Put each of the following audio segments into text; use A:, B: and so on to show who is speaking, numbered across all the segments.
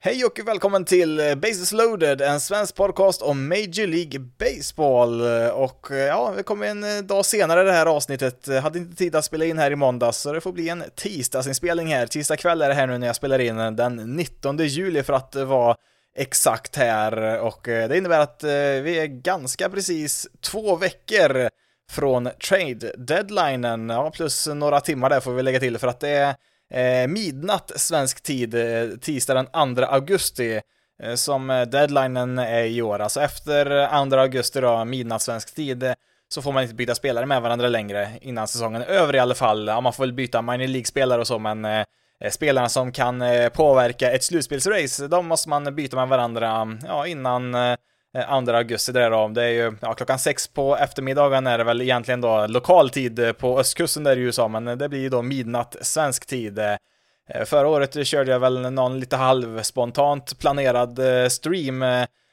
A: Hej och välkommen till Bases Loaded, en svensk podcast om Major League Baseball. Och ja, vi kommer en dag senare det här avsnittet. Hade inte tid att spela in här i måndags, så det får bli en tisdagsinspelning här. Tisdag kväll är det här nu när jag spelar in den 19 juli för att vara exakt här. Och det innebär att vi är ganska precis 2 veckor från trade deadlinen. Ja, plus några timmar där får vi lägga till för att det är midnatt svensk tid, tisdag den 2 augusti som deadlinen är i år. Alltså efter 2 augusti då, midnatt svensk tid, så får man inte byta spelare med varandra längre innan säsongen är över i alla fall. Ja, man får väl byta minor League-spelare och så, men spelarna som kan påverka ett slutspelsrace, de måste man byta med varandra innan 2 augusti där då. Det är ju klockan 6 på eftermiddagen är det väl egentligen då lokal tid på östkusten där i USA, men det blir ju då midnatt svensk tid. Förra året körde jag väl någon lite halvspontant planerad stream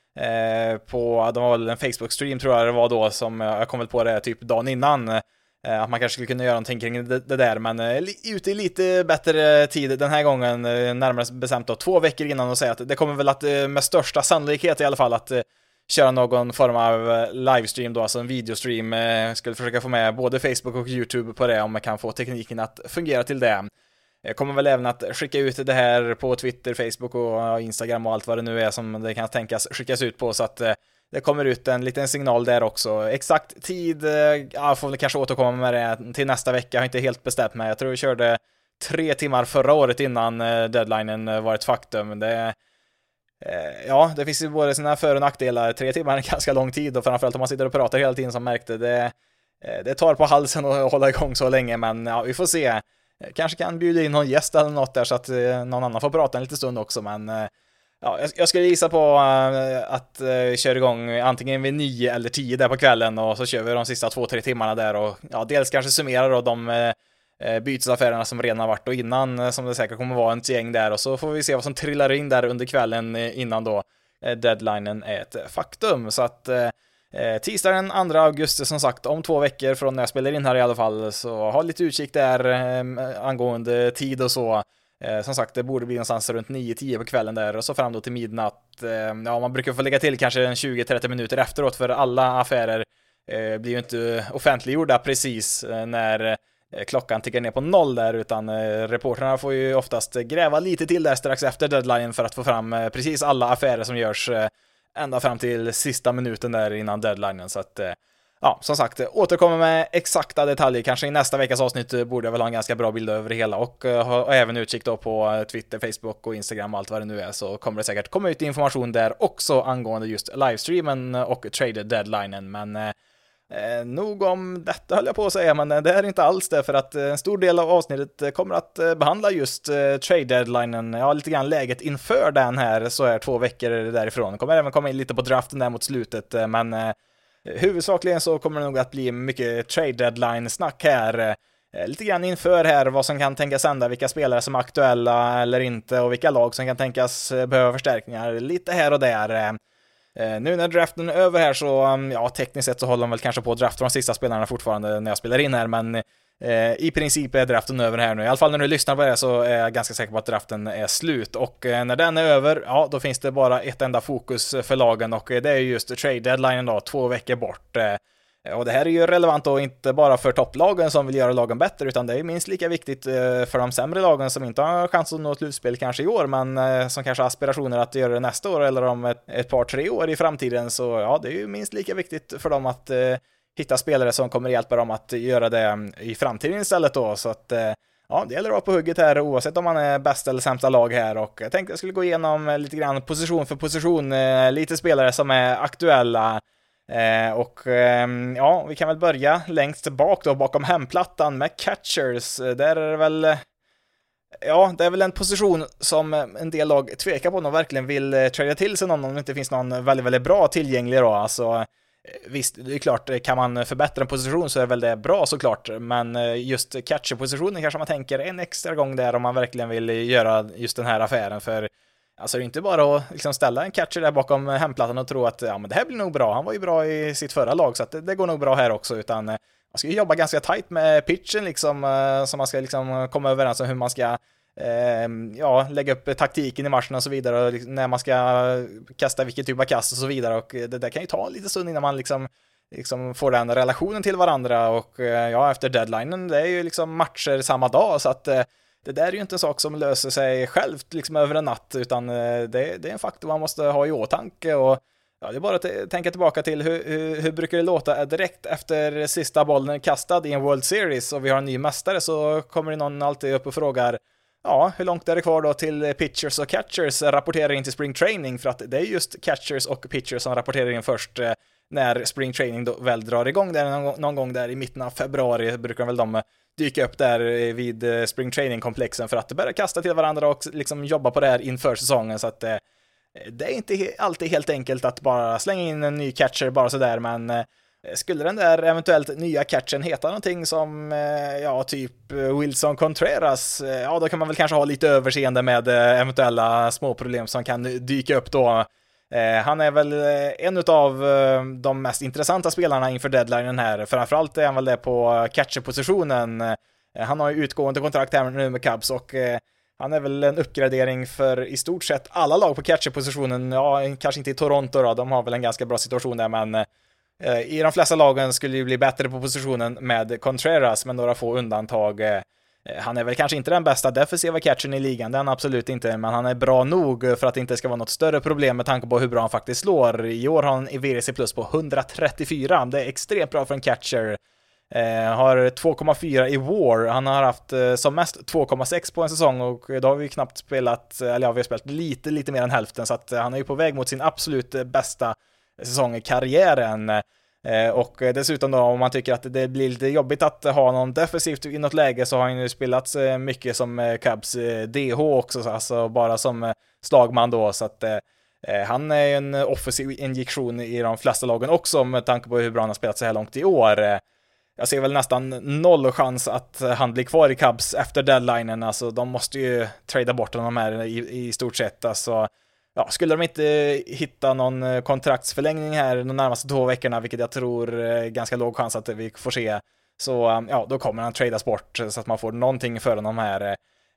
A: på, det var väl en Facebook-stream tror jag det var då, som jag kom väl på det typ dagen innan, att man kanske skulle kunna göra någonting kring det där, men ute i lite bättre tid den här gången, närmare bestämt då 2 veckor innan, och säga att det kommer väl att med största sannolikhet i alla fall att köra någon form av livestream då, alltså en videostream. Skulle försöka få med både Facebook och YouTube på det, om man kan få tekniken att fungera till det. Jag kommer väl även att skicka ut det här på Twitter, Facebook och Instagram och allt vad det nu är som det kan tänkas skickas ut på, så att det kommer ut en liten signal där också. Exakt tid, jag får väl kanske återkomma med det till nästa vecka. Jag har inte helt bestämt mig. Jag tror vi körde 3 timmar förra året innan deadlinen var ett faktum. Det finns ju både sina för- och nackdelar. 3 timmar är en ganska lång tid, och framförallt om man sitter och pratar hela tiden, som märkte det tar på halsen att hålla igång så länge, men ja, vi får se. Kanske kan bjuda in någon gäst eller något där så att någon annan får prata en liten stund också, men jag skulle gissa på att köra igång antingen vid 9 eller 10 där på kvällen, och så kör vi de sista 2-3 timmarna där, och dels kanske summera då de bytesaffärerna som redan har varit och innan, som det säkert kommer vara ett gäng där, och så får vi se vad som trillar in där under kvällen innan då deadlinen är ett faktum. Så att tisdagen 2 augusti, som sagt, om 2 veckor från när jag spelar in här i alla fall, så ha lite utkik där angående tid och så. Som sagt, det borde bli någonstans runt 9-10 på kvällen där, och så fram då till midnatt. Man brukar få lägga till kanske 20-30 minuter efteråt, för alla affärer blir ju inte offentliggjorda precis när klockan tickar ner på 0 där, utan reporterna får ju oftast gräva lite till där strax efter deadline för att få fram precis alla affärer som görs ända fram till sista minuten där innan deadlinen. Så att som sagt, återkommer med exakta detaljer kanske i nästa veckas avsnitt. Borde jag väl ha en ganska bra bild över det hela, och ha även utkik då på Twitter, Facebook och Instagram och allt vad det nu är, så kommer det säkert komma ut information där också angående just livestreamen och trade deadlinen. Men nog om detta höll jag på att säga, men det är inte alls det, för att en stor del av avsnittet kommer att behandla just trade deadlinen, lite grann läget inför den här, så är 2 veckor därifrån. Kommer även komma in lite på draften där mot slutet, men huvudsakligen så kommer det nog att bli mycket trade deadline-snack här. Lite grann inför här vad som kan tänkas hända, vilka spelare som är aktuella eller inte, och vilka lag som kan tänkas behöva förstärkningar lite här och där. Nu när draften är över här så, tekniskt sett så håller de väl kanske på att drafta de sista spelarna fortfarande när jag spelar in här, men i princip är draften över här nu. I alla fall när du lyssnar på det så är jag ganska säker på att draften är slut, och när den är över, då finns det bara ett enda fokus för lagen, och det är just trade deadline då, 2 veckor bort. Och det här är ju relevant då inte bara för topplagen som vill göra lagen bättre, utan det är minst lika viktigt för de sämre lagen som inte har chans att nå ett slutspel kanske i år, men som kanske har aspirationer att göra det nästa år eller om ett par 3 år i framtiden. Så det är ju minst lika viktigt för dem att hitta spelare som kommer hjälpa dem att göra det i framtiden istället då. Så att det gäller att vara på hugget här oavsett om man är bästa eller sämsta lag här, och jag tänkte jag skulle gå igenom lite grann position för position, lite spelare som är aktuella. Vi kan väl börja längst bak då, bakom hemplattan med catchers. Där är det väl det är väl en position som en del lag tvekar på om de verkligen vill trada till sig någon, om det inte finns någon väldigt, väldigt bra tillgänglig då. Alltså visst, det är klart, kan man förbättra en position så är väl det bra såklart, men just catcher-positionen kanske man tänker en extra gång där om man verkligen vill göra just den här affären. För alltså det är inte bara att liksom ställa en catcher där bakom hemplattan och tro att men det här blir nog bra. Han var ju bra i sitt förra lag, så att det går nog bra här också, utan man ska ju jobba ganska tight med pitchen liksom, så man ska liksom komma överens om hur man ska lägga upp taktiken i matchen och så vidare, och när man ska kasta vilken typ av kast och så vidare, och det där kan ju ta lite stund innan man liksom får den relationen till varandra, och efter deadlinen, det är ju liksom matcher samma dag, så att det där är ju inte en sak som löser sig självt liksom över en natt, utan det är en faktor man måste ha i åtanke. Och det är bara att tänka tillbaka till hur brukar det låta direkt efter sista bollen kastad i en World Series och vi har en ny mästare, så kommer det någon alltid upp och frågar hur långt är det kvar då till pitchers och catchers rapporterar in till spring training, för att det är just catchers och pitchers som rapporterar in först när spring training då väl drar igång där någon gång där i mitten av februari brukar väl de dyka upp där vid spring training-komplexen för att börja kasta till varandra och liksom jobba på det här inför säsongen, så att det är inte alltid helt enkelt att bara slänga in en ny catcher bara sådär, men skulle den där eventuellt nya catchen heta någonting som typ Wilson Contreras, då kan man väl kanske ha lite överseende med eventuella små problem som kan dyka upp då. Han är väl en av de mest intressanta spelarna inför deadlinen här. Framförallt är han väl det på catcherpositionen. Han har ju utgående kontrakt här nu med Cubs, och han är väl en uppgradering för i stort sett alla lag på catcherpositionen. Kanske inte i Toronto då, de har väl en ganska bra situation där, men i de flesta lagen skulle ju bli bättre på positionen med Contreras, med några få undantag. Han är väl kanske inte den bästa defensiva catchen i ligan, den absolut inte, men han är bra nog för att det inte ska vara något större problem med tanke på hur bra han faktiskt slår. I år har han i VRC plus på 134, det är extremt bra för en catcher. Har 2,4 i WAR, han har haft som mest 2,6 på en säsong, och då har vi knappt spelat, vi har spelat lite mer än hälften, så att han är ju på väg mot sin absolut bästa säsong i karriären. Och dessutom då, om man tycker att det blir lite jobbigt att ha någon defensivt i något läge, så har han ju spelat mycket som Cubs DH också, alltså bara som slagman då, så att han är en offensiv injektion i de flesta lagen också med tanke på hur bra han har spelat så här långt i år. Jag ser väl nästan noll chans att han blir kvar i Cubs efter deadlinen, alltså de måste ju trada bort honom här i stort sett, alltså. Skulle de inte hitta någon kontraktsförlängning här de närmaste 2 veckorna, vilket jag tror är ganska låg chans att vi får se, så då kommer han tradas bort så att man får någonting för honom här.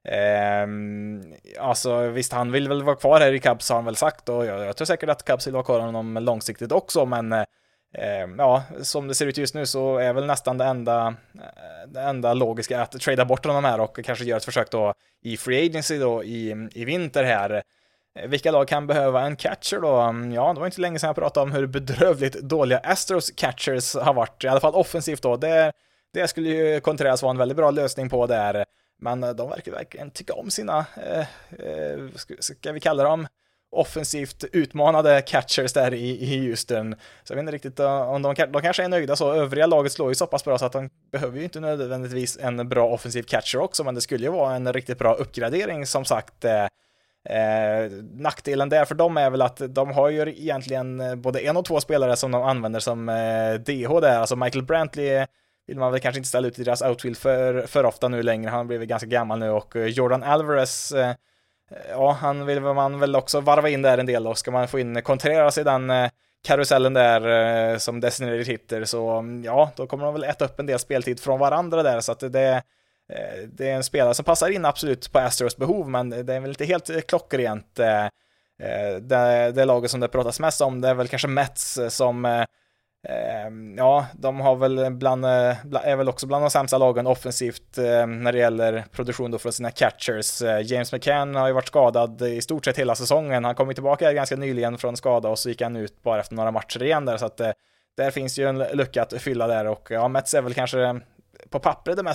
A: Alltså visst, han vill väl vara kvar här i Cubs har han väl sagt, och jag tror säkert att Cubs vill vara kvar honom långsiktigt också, men som det ser ut just nu så är väl nästan det enda logiska att trada bort honom här och kanske göra ett försök då i free agency då i vinter här. Vilka lag kan behöva en catcher då? Det var inte länge sedan jag pratade om hur bedrövligt dåliga Astros catchers har varit, i alla fall offensivt då. Det skulle ju Contreras vara en väldigt bra lösning på där, men de verkar verkligen tycka om sina ska vi kalla dem offensivt utmanade catchers där i Houston. Så jag vet inte riktigt om de kanske är nöjda så. Övriga laget slår ju så pass bra så att de behöver ju inte nödvändigtvis en bra offensiv catcher också, men det skulle ju vara en riktigt bra uppgradering som sagt. Nackdelen där för dem är väl att de har ju egentligen både 1 och 2 spelare som de använder som DH där, alltså Michael Brantley vill man väl kanske inte ställa ut i deras outfield för ofta nu längre, han blir väl ganska gammal nu, och Jordan Alvarez han vill man väl också varva in där en del, och ska man få in Contreras i den karusellen där som designated hitter, så då kommer de väl äta upp en del speltid från varandra där, så att det är en spelare som passar in absolut på Astros behov, men det är väl inte helt klockrent. Det laget som det pratas mest om, det är väl kanske Mets som de har väl är väl också bland de sämsta lagen offensivt när det gäller produktion då från sina catchers. James McCann har ju varit skadad i stort sett hela säsongen. Han kom ju tillbaka ganska nyligen från skada och så gick han ut bara efter några matcher igen där, så att där finns ju en lucka att fylla där, och Mets är väl kanske på pappret den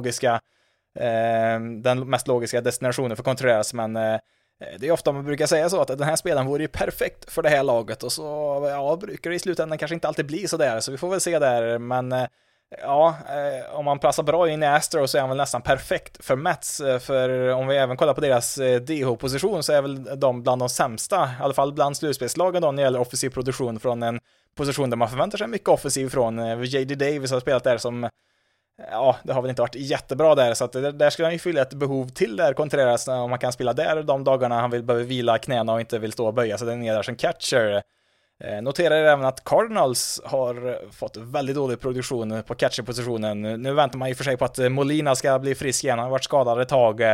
A: mest logiska destinationen för Contreras, men det är ofta man brukar säga så att den här spelaren vore ju perfekt för det här laget, och så brukar det i slutändan kanske inte alltid bli så där, så vi får väl se där, men om man passar bra in i Astros så är han väl nästan perfekt för Mets, för om vi även kollar på deras DH-position så är väl de bland de sämsta, i alla fall bland slutspelslagen då, när det gäller offensiv produktion från en position där man förväntar sig mycket offensiv från. J.D. Davis har spelat där som det har väl inte varit jättebra där, så att där ska han ju fylla ett behov till där Contreras, om man kan spela där de dagarna han behöver vila knäna och inte vill stå och böja sig där nere som catcher. Noterar även att Cardinals har fått väldigt dålig produktion på catcherpositionen. Nu väntar man i och för sig på att Molina ska bli frisk igen, han har varit skadad ett tag.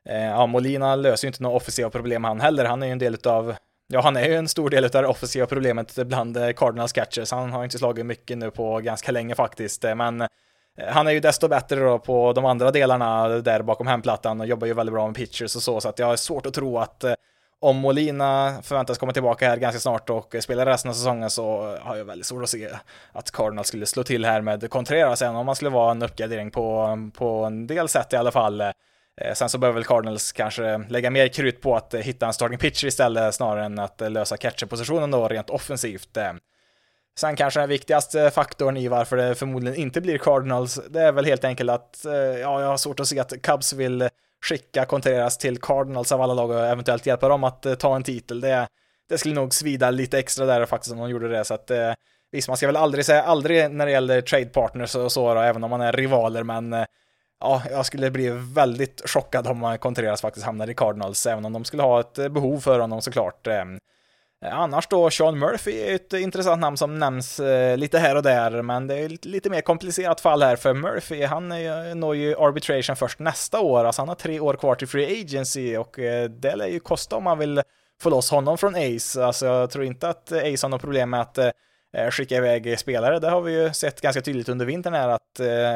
A: Ja, Molina löser ju inte några offensiva problem han heller. Han är ju en del utav, ja, han är ju en stor del av det offensiva problemet bland Cardinals catchers. Han har ju inte slagit mycket nu på ganska länge faktiskt, men han är ju desto bättre då på de andra delarna där bakom hemplattan och jobbar ju väldigt bra med pitchers och så att jag har svårt att tro att om Molina förväntas komma tillbaka här ganska snart och spela resten av säsongen, så har jag väldigt svårt att se att Cardinals skulle slå till här med Contreras, sen om man skulle vara en uppgradering på en del sätt i alla fall. Sen så behöver väl Cardinals kanske lägga mer krut på att hitta en starting pitcher istället, snarare än att lösa catcherpositionen då rent offensivt. Sen kanske den viktigaste faktorn i varför det förmodligen inte blir Cardinals, det är väl helt enkelt att jag har svårt att se att Cubs vill skicka Contreras till Cardinals av alla lag och eventuellt hjälpa dem att ta en titel. Det skulle nog svida lite extra där faktiskt om de gjorde det, så att visst, man ska väl aldrig säga aldrig när det gäller trade partners och så då, även om man är rivaler, men ja, jag skulle bli väldigt chockad om Contreras faktiskt hamnar i Cardinals, även om de skulle ha ett behov för honom såklart. Annars då, Sean Murphy är ett intressant namn som nämns lite här och där, men det är lite mer komplicerat fall här för Murphy. Han når ju arbitration först nästa år, alltså han har 3 år kvar till free agency, och det lär ju kosta om man vill få loss honom från Ace. Alltså jag tror inte att Ace har något problem med att skicka iväg spelare. Det har vi ju sett ganska tydligt under vintern här, att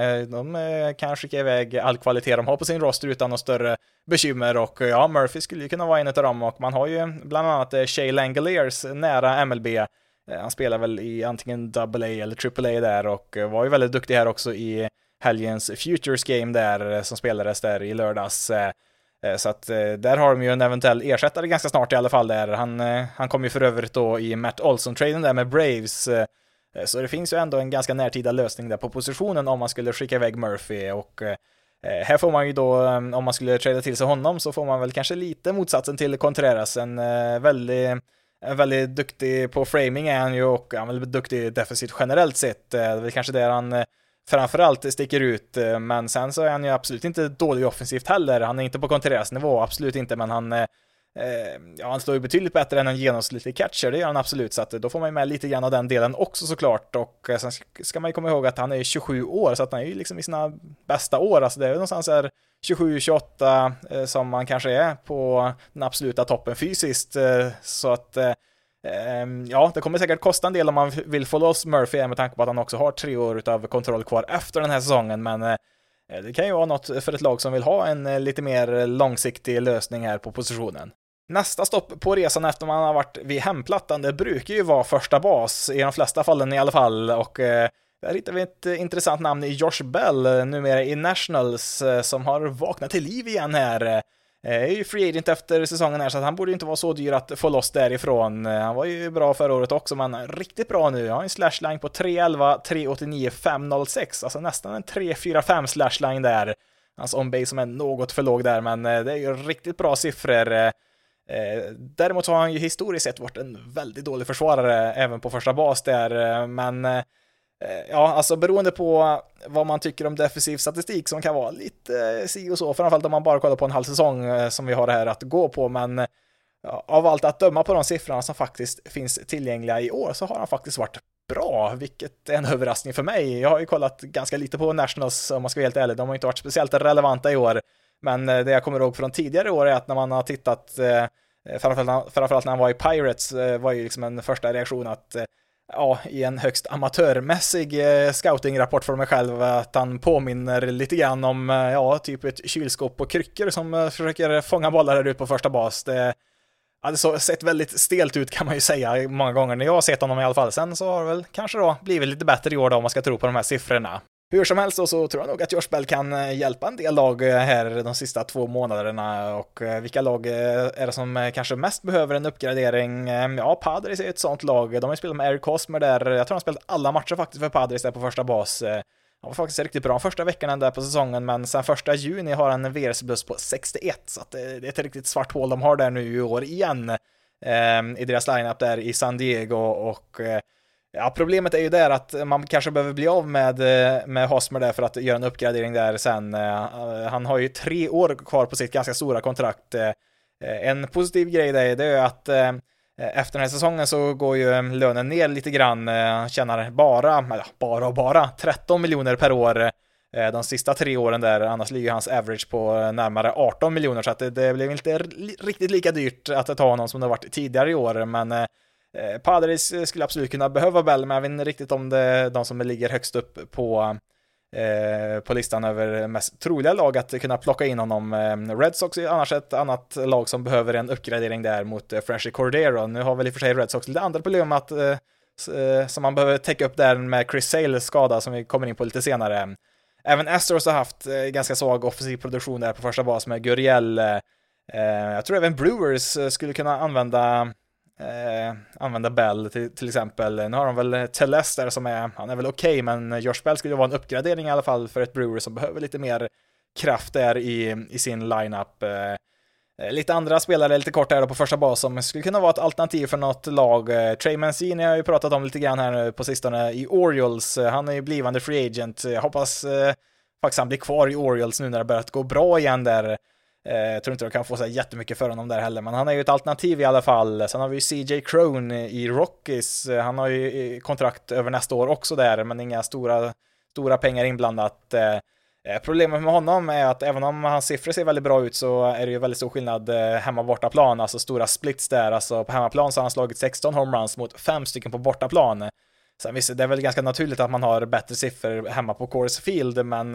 A: de kan skicka iväg all kvalitet de har på sin roster utan något större bekymmer, och ja, Murphy skulle ju kunna vara en av dem, och man har ju bland annat Shea Langoliers nära MLB. Han spelar väl i antingen AA eller AAA där, och var ju väldigt duktig här också i helgens Futures Game där som spelades där i lördags. Så att där har de ju en eventuell ersättare ganska snart i alla fall där. Han kom ju för övrigt då i Matt Olson-traden där med Braves. Så det finns ju ändå en ganska närtida lösning där på positionen om man skulle skicka iväg Murphy, och här får man ju då, om man skulle trada till sig honom, så får man väl kanske lite motsatsen till Contreras. En väldigt duktig på framing är han ju, och han är väldigt duktig defensivt generellt sett. Det är väl kanske där han framförallt sticker ut, men sen så är han ju absolut inte dålig offensivt heller. Han är inte på Contreras nivå, absolut inte, men han står ju betydligt bättre än en genomsnittlig catcher, det gör han absolut, så att då får man ju med lite grann av den delen också såklart. Och sen ska man ju komma ihåg att han är 27 år, så att han är ju liksom i sina bästa år, alltså det är ju någonstans här 27-28 som man kanske är på den absoluta toppen fysiskt, så att ja, det kommer säkert kosta en del om man vill få loss Murphy, med tanke på att han också har 3 år utav kontroll kvar efter den här säsongen, men det kan ju vara något för ett lag som vill ha en lite mer långsiktig lösning här på positionen. Nästa stopp på resan efter man har varit vid hemplattan, det brukar ju vara första bas, i de flesta fallen i alla fall, och där hittar vi ett intressant namn i Josh Bell, numera i Nationals, som har vaknat till liv igen här. Är ju free agent efter säsongen här, så att han borde inte vara så dyr att få loss därifrån. Han var ju bra förra året också, men riktigt bra nu. Han har en slashline på 311, 389, 506, alltså nästan en 345 slashline där. Hans on-base som är något för låg där, men det är ju riktigt bra siffror. Däremot så har han ju historiskt sett varit en väldigt dålig försvarare även på första bas där, men ja, alltså beroende på vad man tycker om defensiv statistik, som kan vara lite si och så, framförallt om man bara kollar på en halv säsong som vi har det här att gå på, men ja, av allt att döma på de siffrorna som faktiskt finns tillgängliga i år, så har han faktiskt varit bra, vilket är en överraskning för mig. Jag har ju kollat ganska lite på Nationals, om man ska vara helt ärlig. De har inte varit speciellt relevanta i år, men det jag kommer ihåg från tidigare år är att när man har tittat, framförallt när han var i Pirates, var ju liksom en första reaktion att ja, i en högst amatörmässig scouting-rapport för mig själv, att han påminner lite grann om ja, typ ett kylskåp på kryckor som försöker fånga bollar där ut på första bas. Det hade så sett väldigt stelt ut, kan man ju säga, många gånger när jag har sett honom i alla fall. Sen så har det väl kanske då blivit lite bättre i år då, om man ska tro på de här siffrorna. Hur som helst så tror jag nog att Josh Bell kan hjälpa en del lag här de sista 2 månaderna. Och vilka lag är det som kanske mest behöver en uppgradering? Ja, Padres är ett sånt lag. De har spelat med Eric Hosmer där. Jag tror de har spelat alla matcher faktiskt för Padres där på första bas. Han var faktiskt riktigt bra första veckan där på säsongen, men sen 1 juni har han en VRS+ på 61, så att det är ett riktigt svart hål de har där nu i år igen i deras lineup där i San Diego. Och ja, problemet är ju där att man kanske behöver bli av med Hosmer där för att göra en uppgradering där sen. Han har ju 3 år kvar på sitt ganska stora kontrakt. En positiv grej där, det är att efter den här säsongen så går ju lönen ner lite grann. Han tjänar bara 13 miljoner per år. de sista 3 åren där, annars ligger hans average på närmare 18 miljoner, så att det blev inte riktigt lika dyrt att ta honom som det varit tidigare i år, men Padres skulle absolut kunna behöva Bell, men jag vet inte riktigt om det är de som ligger högst upp på listan över mest troliga lag att kunna plocka in honom. Red Sox är annars ett annat lag som behöver en uppgradering där mot Franchy Cordero. Nu har väl i och för sig Red Sox lite andra problem att som man behöver täcka upp där med Chris Sales skada som vi kommer in på lite senare. Även Astros har haft ganska svag offensiv produktion där på första bas med Gurriel. Jag tror även Brewers skulle kunna använda Bell till exempel. Nu har de väl Teles där som han är väl okej, men Josh Bell skulle ju vara en uppgradering i alla fall för ett Brewers som behöver lite mer kraft där i sin lineup. Lite andra spelare lite kort här på första bas som skulle kunna vara ett alternativ för något lag. Trey Mancini har jag ju pratat om lite grann här nu på sistone i Orioles. Han är ju blivande free agent. Jag hoppas faktiskt han blir kvar i Orioles nu när det börjat gå bra igen där. Jag tror inte de kan få så jättemycket för honom där heller, men han är ju ett alternativ i alla fall. Sen har vi ju CJ Cron i Rockies. Han har ju kontrakt över nästa år också där, men inga stora pengar inblandat. Problemet med honom är att även om hans siffror ser väldigt bra ut så är det ju väldigt stor skillnad hemma bortaplan, alltså stora splits där. Alltså på hemmaplan så har han slagit 16 homeruns mot 5 stycken på bortaplan. Sen visst, det är väl ganska naturligt att man har bättre siffror hemma på Coors Field, men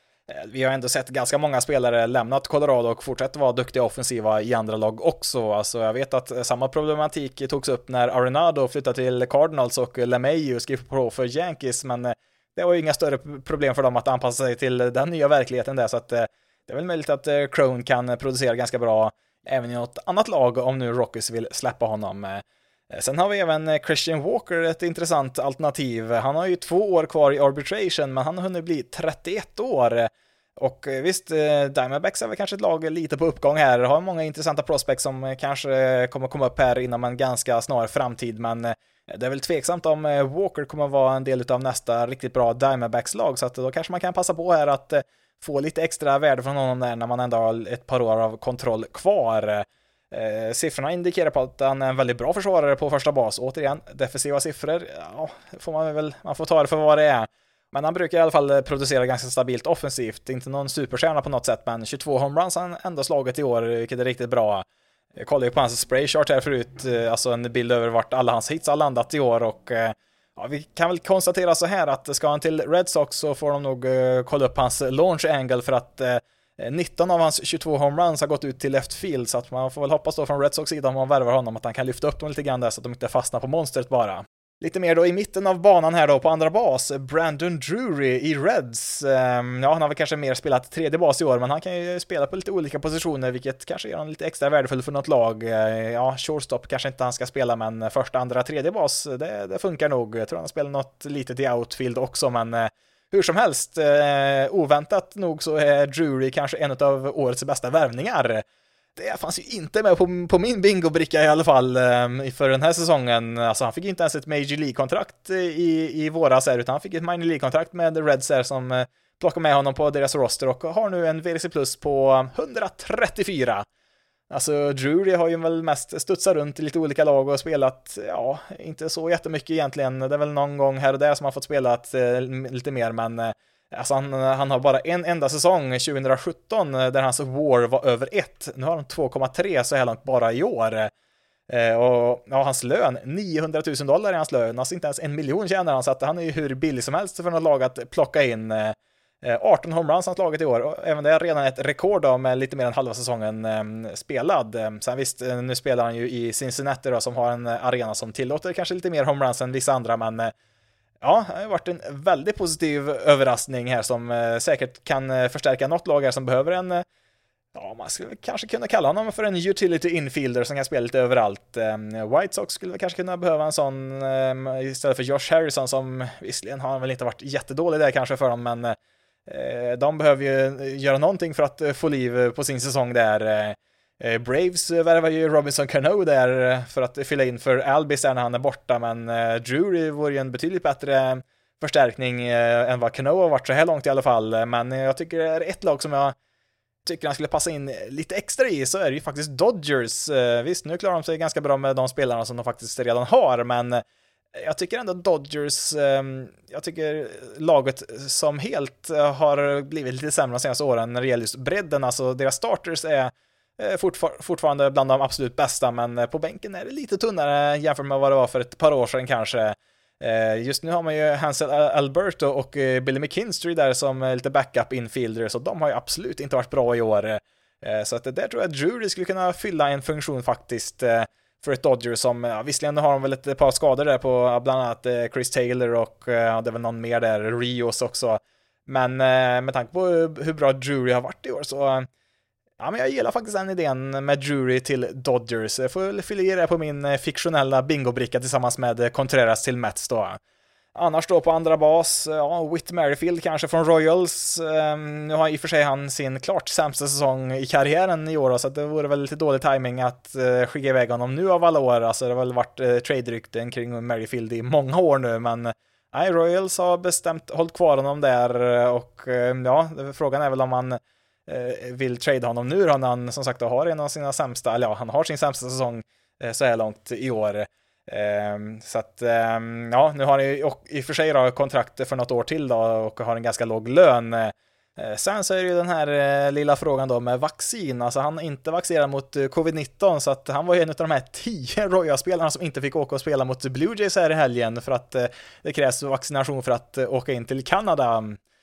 A: vi har ändå sett ganska många spelare lämnat Colorado och fortsätter vara duktiga offensiva i andra lag också. Alltså jag vet att samma problematik togs upp när Arenado flyttade till Cardinals och LeMahieu skrev på för Yankees, men det var ju inga större problem för dem att anpassa sig till den nya verkligheten där, så att det är väl möjligt att Cron kan producera ganska bra även i något annat lag om nu Rockies vill släppa honom. Sen har vi även Christian Walker, ett intressant alternativ. Han har ju 2 år kvar i arbitration, men han har hunnit bli 31 år. Och visst, Diamondbacks är väl kanske ett lag lite på uppgång här. Har många intressanta prospects som kanske kommer komma upp här inom en ganska snar framtid, men det är väl tveksamt om Walker kommer vara en del av nästa riktigt bra Diamondbacks-lag, så att då kanske man kan passa på här att få lite extra värde från honom där när man ändå har ett par år av kontroll kvar. Siffrorna indikerar på att han är en väldigt bra försvarare på första bas. Återigen, defensiva siffror, ja, man får ta det för vad det är. Men han brukar i alla fall producera ganska stabilt offensivt. Inte någon superstjärna på något sätt, men 22 homeruns har han ändå slagit i år, vilket är riktigt bra. Jag kollade ju på hans spraychart här förut, alltså en bild över vart alla hans hits har landat i år, och ja, vi kan väl konstatera så här att ska han till Red Sox så får de nog kolla upp hans launch angle, för att 19 av hans 22 homeruns har gått ut till left field, så att man får väl hoppas då från Red Sox sida om man värvar honom att han kan lyfta upp dem lite grann där så att de inte fastnar på monstret bara. Lite mer då i mitten av banan här då på andra bas, Brandon Drury i Reds. Ja, han har väl kanske mer spelat tredje bas i år, men han kan ju spela på lite olika positioner, vilket kanske gör honom lite extra värdefull för något lag. Ja, shortstop kanske inte han ska spela, men första, andra, tredje bas, det funkar nog. Jag tror han spelar något litet i outfield också, men hur som helst, oväntat nog så är Drury kanske en av årets bästa värvningar. Det fanns ju inte med på min bingobricka i alla fall för den här säsongen. Alltså han fick inte ens ett Major League-kontrakt i våras här, utan han fick ett Minor League-kontrakt med Reds här som plockar med honom på deras roster och har nu en VRC plus på 134. Alltså Drury har ju väl mest studsat runt i lite olika lag och spelat, ja, inte så jättemycket egentligen. Det är väl någon gång här och där som han fått spelat lite mer, men alltså han har bara en enda säsong 2017 där hans WAR var över 1. Nu har han 2,3 så här långt bara i år. Och ja, hans lön, $900,000 i hans lön, alltså inte ens 1 miljon tjänar han, så att han är ju hur billig som helst för något lag att plocka in. 18 homeruns han slagit i år, och även det är redan ett rekord då, med lite mer än halva säsongen spelad. Sen visst, nu spelar han ju i Cincinnati då, som har en arena som tillåter kanske lite mer homeruns än vissa andra, men ja, det har varit en väldigt positiv överraskning här som säkert kan förstärka något lag här som behöver en, ja, man skulle kanske kunna kalla honom för en utility infielder som kan spela lite överallt. White Sox skulle kanske kunna behöva en sån istället för Josh Harrison, som visserligen har han väl inte varit jättedålig där kanske för dem, men de behöver ju göra någonting för att få liv på sin säsong där. Braves värvar ju Robinson Cano där för att fylla in för Albis när han är borta, men Drury vore ju en betydligt bättre förstärkning än vad Cano har varit så här långt i alla fall. Men jag tycker det är ett lag som jag tycker han skulle passa in lite extra i, så är det ju faktiskt Dodgers. Visst, nu klarar de sig ganska bra med de spelarna som de faktiskt redan har, men Jag tycker ändå Dodgers, jag tycker laget som helt har blivit lite sämre de senaste åren när det gäller just bredden. Alltså deras starters är fortfarande bland de absolut bästa, men på bänken är det lite tunnare jämfört med vad det var för ett par år sedan kanske. Just nu har man ju Hansel Alberto och Billy McKinstry där som lite backup infielders, och de har ju absolut inte varit bra i år. Så att där tror jag att Drury skulle kunna fylla en funktion faktiskt för ett Dodgers som, visserligen har de väl ett par skador där på bland annat Chris Taylor och det är väl någon mer där, Rios också. Men med tanke på hur bra Drury har varit i år så ja, men jag gillar faktiskt den idén med Drury till Dodgers. Jag får fylla i det på min fiktionella bingobricka tillsammans med Contreras till Mets då. Annars då på andra bas, Whit Merrifield kanske från Royals. Nu har i och för sig han sin klart sämsta säsong i karriären i år, så att det vore väl lite dålig timing att skicka iväg honom nu av alla år. Alltså det har väl varit trade-rykten kring Merrifield i många år nu, men nej, Royals har bestämt hållit kvar honom där, och frågan är väl om man vill trade honom nu då, när han som sagt har en av sina sämsta, eller han har sin sämsta säsong så här långt i år. Så att nu har han i och för sig då kontrakt för något år till då och har en ganska låg lön. Sen så är det ju den här lilla frågan då med vaccin. Alltså han är inte vaccinerad mot covid-19, så att han var ju en av de här 10 Royals-spelarna som inte fick åka och spela mot Blue Jays här i helgen för att det krävs vaccination för att åka in till Kanada.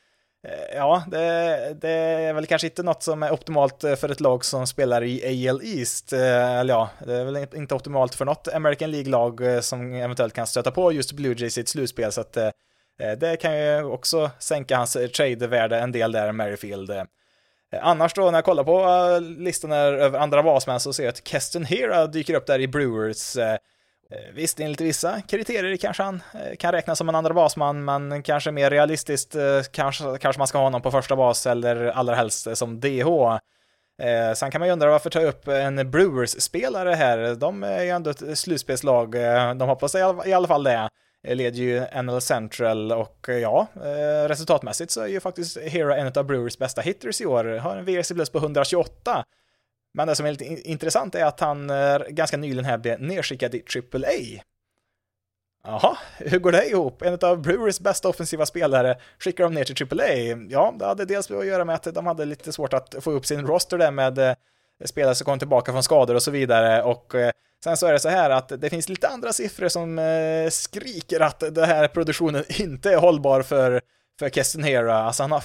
A: Ja, det är väl kanske inte något som är optimalt för ett lag som spelar i AL East. Eller ja, det är väl inte optimalt för något American League-lag som eventuellt kan stöta på just Blue Jays i ett slutspel. Så att det kan ju också sänka hans trade-värde en del där, Merrifield. Annars då, när jag kollar på listan över andra basmän så ser jag att Keston Hiura dyker upp där i Brewers. Visst, enligt vissa kriterier kanske han kan räknas som en andra basman, men kanske mer realistiskt kanske man ska ha honom på första bas eller allra helst som DH. Sen kan man ju undra varför ta upp en Brewers-spelare här. De är ju ändå ett slutspelslag. De hoppas i alla fall det. Leder ju NL Central och resultatmässigt så är ju faktiskt Hiura en av Brewers bästa hitters i år. Har en VRC plus på 128. Men det som är lite intressant är att han ganska nyligen här blev nedskickad i AAA. Jaha, hur går det ihop? En av Brewers bästa offensiva spelare skickar de ner till AAA. Ja, det hade dels att göra med att de hade lite svårt att få upp sin roster där med spelare som kom tillbaka från skador och så vidare. Och sen så är det så här att det finns lite andra siffror som skriker att den här produktionen inte är hållbar för Keston Hiura. Alltså han har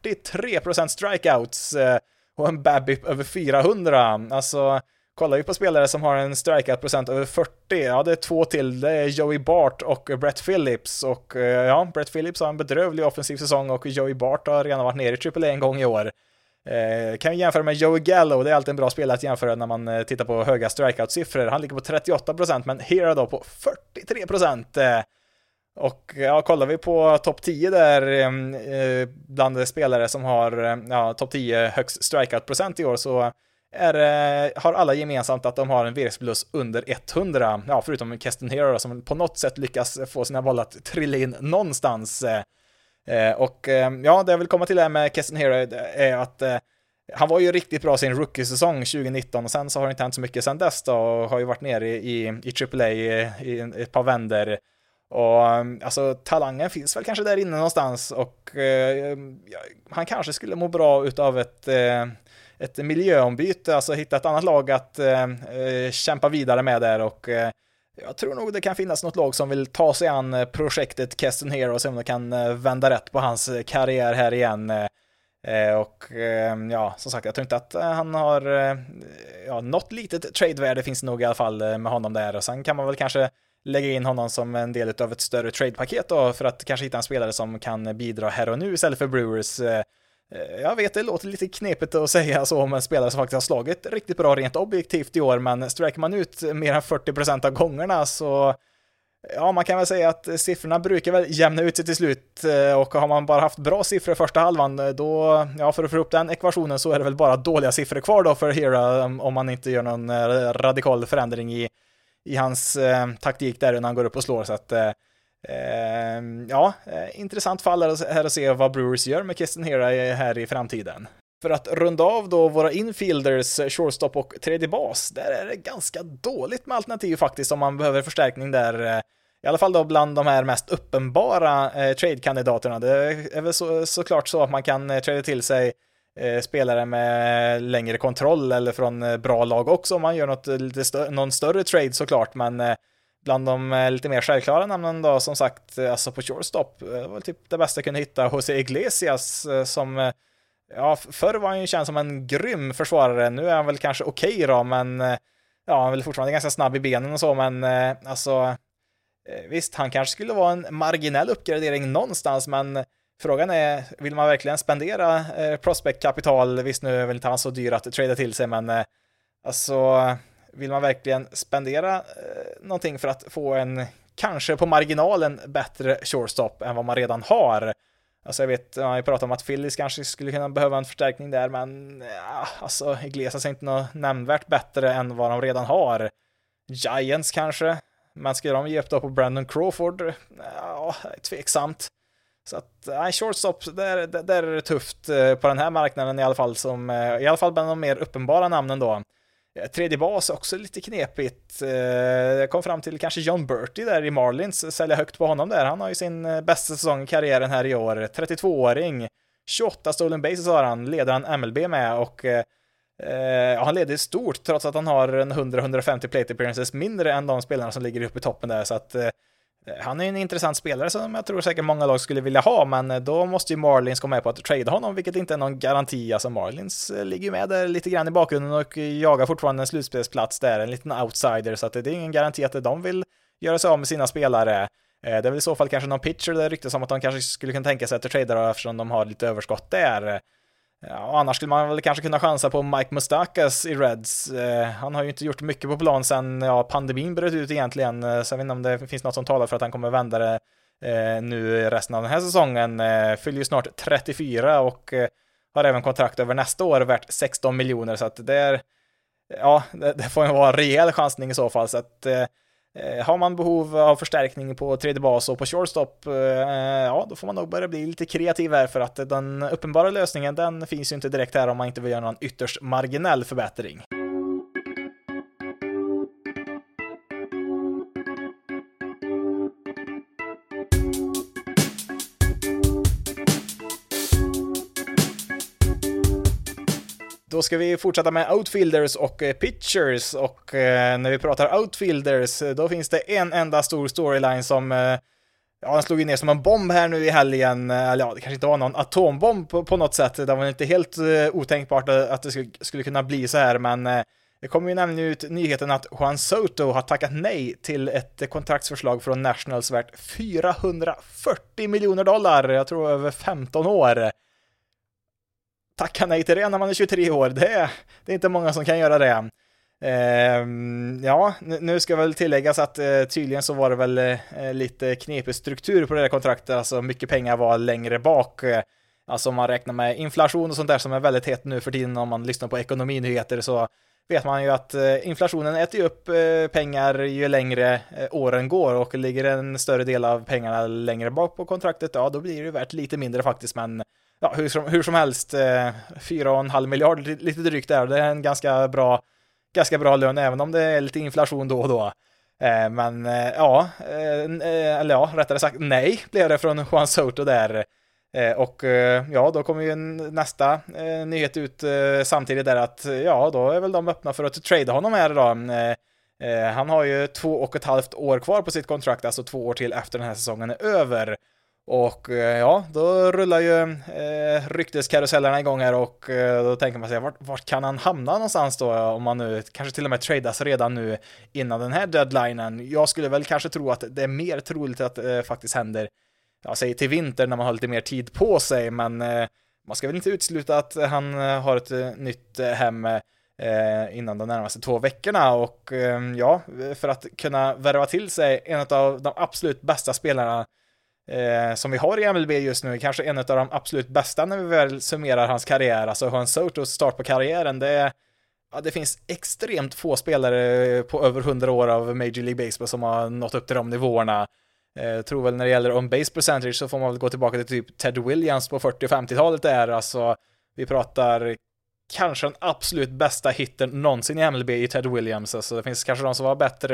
A: 43% strikeouts och en BABIP över 400. Alltså, kollar vi på spelare som har en strikeout-procent över 40. Ja, det är 2 till. Det är Joey Bart och Brett Phillips. Och Brett Phillips har en bedrövlig offensiv säsong och Joey Bart har redan varit nere i AAA en gång i år. Kan vi jämföra med Joey Gallo. Det är alltid en bra spelare att jämföra när man tittar på höga strikeout-siffror. Han ligger på 38%, men Hiura då på 43%. Och kollar vi på topp 10 där bland spelare som har topp 10 högst strikeout-procent i år, så har alla gemensamt att de har en VRC plus under 100. Ja, förutom Keston Hiura som på något sätt lyckas få sina bollar att trilla in någonstans. Och det jag vill komma till här med Keston Hiura är att han var ju riktigt bra sin rookie-säsong 2019 och sen så har det inte hänt så mycket sen dess då, och har ju varit nere i AAA i ett par vänder. Och alltså talangen finns väl kanske där inne någonstans, och han kanske skulle må bra utav ett miljöombyte, alltså hitta ett annat lag att kämpa vidare med där, och jag tror nog det kan finnas något lag som vill ta sig an projektet Keston Hiura och se om de kan vända rätt på hans karriär här igen. Och som sagt, jag tror inte att han har något litet tradevärde finns nog i alla fall med honom där, och sen kan man väl kanske lägga in honom som en del av ett större tradepaket då, för att kanske hitta en spelare som kan bidra här och nu istället för Brewers. Jag vet, det låter lite knepigt att säga så om en spelare som faktiskt har slagit riktigt bra rent objektivt i år, men sträcker man ut mer än 40% av gångerna så man kan väl säga att siffrorna brukar väl jämna ut sig till slut, och har man bara haft bra siffror första halvan då, för att få upp den ekvationen så är det väl bara dåliga siffror kvar då för Hiura, om man inte gör någon radikal förändring i hans taktik där när han går upp och slår. Så att intressant fall här att se vad Brewers gör med Keston Hiura här i framtiden. För att runda av då våra infielders, shortstop och tredje bas, där är det ganska dåligt med alternativ faktiskt om man behöver förstärkning där. i alla fall då bland de här mest uppenbara trade-kandidaterna. Det är väl såklart så att man kan trada till sig spelare med längre kontroll eller från bra lag också om man gör någon större trade såklart, men bland de lite mer självklara namnen då, som sagt, alltså på shortstop, det var typ det bästa jag kunde hitta, José Iglesias, som förr var han ju känd som en grym försvarare. Nu är han väl kanske okej då, men han är väl fortfarande ganska snabb i benen och så, men alltså visst, han kanske skulle vara en marginell uppgradering någonstans, men frågan är, vill man verkligen spendera prospect-kapital? Visst, nu är väl inte han så dyr att trada till sig, men alltså, vill man verkligen spendera någonting för att få en, kanske på marginalen, bättre shortstop än vad man redan har? Alltså jag vet, jag pratar om att Phillies kanske skulle kunna behöva en förstärkning där, men alltså Iglesias är inte något nämnvärt bättre än vad de redan har. Giants kanske, men ska de ge upp då på Brandon Crawford? Tveksamt. Så att shortstop, där är det tufft på den här marknaden i alla fall, i alla fall bland de mer uppenbara namnen då. Tredje bas också lite knepigt. Jag kom fram till kanske John Bertie där i Marlins, sälja högt på honom där. Han har ju sin bästa säsong i karriären här i år. 32-åring, 28 stolen bases har han, leder han MLB med, och han leder stort trots att han har 100-150 plate appearances mindre än de spelarna som ligger uppe i toppen där, så att han är en intressant spelare som jag tror säkert många lag skulle vilja ha, men då måste ju Marlins gå med på att trade honom, vilket inte är någon garanti. Alltså Marlins ligger ju med där lite grann i bakgrunden och jagar fortfarande en slutspelsplats där, en liten outsider, så att det är ingen garanti att de vill göra sig av med sina spelare. Det är väl i så fall kanske någon pitcher där ryktas om att de kanske skulle kunna tänka sig att trada eftersom de har lite överskott där. Annars skulle man väl kanske kunna chansa på Mike Moustakas i Reds. Han har ju inte gjort mycket på plan sen pandemin bröt ut egentligen, så jag vet inte om det finns något som talar för att han kommer vända det nu resten av den här säsongen. Fyller ju snart 34 och har även kontrakt över nästa år värt 16 miljoner, så att det får ju vara en rejäl chansning i så fall. Så att har man behov av förstärkning på tredje bas och på shortstop, då får man nog börja bli lite kreativ här, för att den uppenbara lösningen, den finns ju inte direkt här om man inte vill göra någon ytterst marginell förbättring. Då ska vi fortsätta med outfielders och pitchers, och när vi pratar outfielders, då finns det en enda stor storyline som den slog ner som en bomb här nu i helgen. Eller det kanske inte var någon atombomb på något sätt, det var inte helt otänkbart att det skulle kunna bli så här, men det kommer ju nämligen ut nyheten att Juan Soto har tackat nej till ett kontraktsförslag från Nationals värt $440 miljoner, jag tror över 15 år. Tacka nej till det när man är 23 år. Det är inte många som kan göra det. Nu ska väl tilläggas att tydligen så var det väl lite knepig struktur på det här kontraktet. Alltså mycket pengar var längre bak. Alltså om man räknar med inflation och sånt där som är väldigt hett nu för tiden, om man lyssnar på ekonominyheter, så vet man ju att inflationen äter upp pengar ju längre åren går, och ligger en större del av pengarna längre bak på kontraktet, då blir det värt lite mindre faktiskt, men hur som helst, 4,5 miljarder lite drygt där. Det är en ganska bra lön, även om det är lite inflation då och då. Rättare sagt nej blev det från Juan Soto där. Då kommer ju nästa nyhet ut samtidigt där att då är väl de öppna för att trada honom här då. Han har ju 2,5 år kvar på sitt kontrakt, alltså 2 år till efter den här säsongen är över. Och då rullar ju rykteskarusellerna igång här, och då tänker man sig, vart kan han hamna någonstans då, om man nu kanske till och med tradas redan nu innan den här deadlinen. Jag skulle väl kanske tro att det är mer troligt att det faktiskt händer, säg till vinter när man har lite mer tid på sig, men man ska väl inte utesluta att han har ett nytt hem innan de närmaste 2 veckorna, och för att kunna värva till sig en av de absolut bästa spelarna som vi har i MLB just nu, kanske en av de absolut bästa när vi väl summerar hans karriär, alltså Juan Sotos start på karriären, det finns extremt få spelare på över 100 år av Major League Baseball som har nått upp till de nivåerna. Jag tror väl när det gäller on-base percentage så får man väl gå tillbaka till typ Ted Williams på 40- och 50-talet där, alltså vi pratar kanske den absolut bästa hitten någonsin i MLB i Ted Williams. Alltså det finns kanske de som var bättre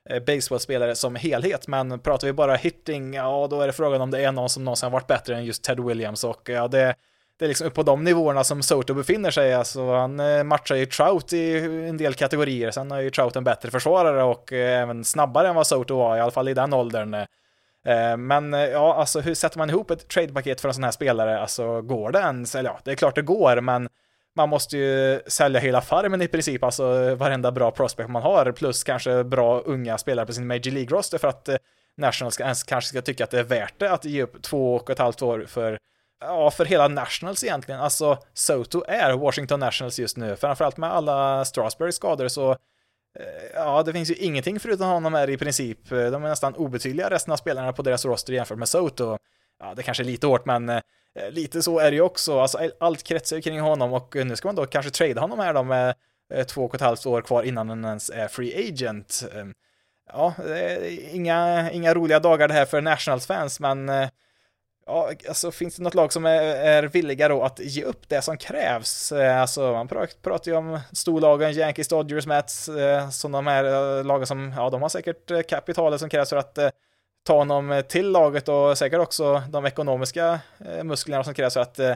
A: baseballspelare som helhet, men pratar vi bara hitting, ja då är det frågan om det är någon som någonsin har varit bättre än just Ted Williams, och ja, det är liksom på de nivåerna som Soto befinner sig. Alltså, han matchar ju Trout i en del kategorier. Sen har ju Trout en bättre försvarare och även snabbare än vad Soto var, i alla fall i den åldern. Men ja, alltså hur sätter man ihop ett tradepaket för en sån här spelare? Alltså går det ens? Eller ja, det är klart det går, men man måste ju sälja hela farmen i princip, alltså varenda bra prospect man har, plus kanske bra unga spelare på sin Major League-roster för att Nationals kanske ska tycka att det är värt det att ge upp 2,5 år för hela Nationals egentligen. Alltså Soto är Washington Nationals just nu, framförallt med alla Strasburgs skador, så ja, det finns ju ingenting förutom honom här i princip. De är nästan obetydliga resten av spelarna på deras roster jämfört med Soto. Ja, det kanske är lite hårt, men lite så är det ju också. Alltså, allt kretsar ju kring honom, och nu ska man då kanske trade honom här då med 2,5 år kvar innan han ens är free agent. Ja, det är inga roliga dagar det här för Nationals-fans, men ja, alltså finns det något lag som är villiga då att ge upp det som krävs? Alltså man pratar ju om storlagen, Yankees, Dodgers, Mets, som de här lagen som, ja, de har säkert kapitalet som krävs för att ta honom till laget, och säkert också de ekonomiska musklerna som krävs för att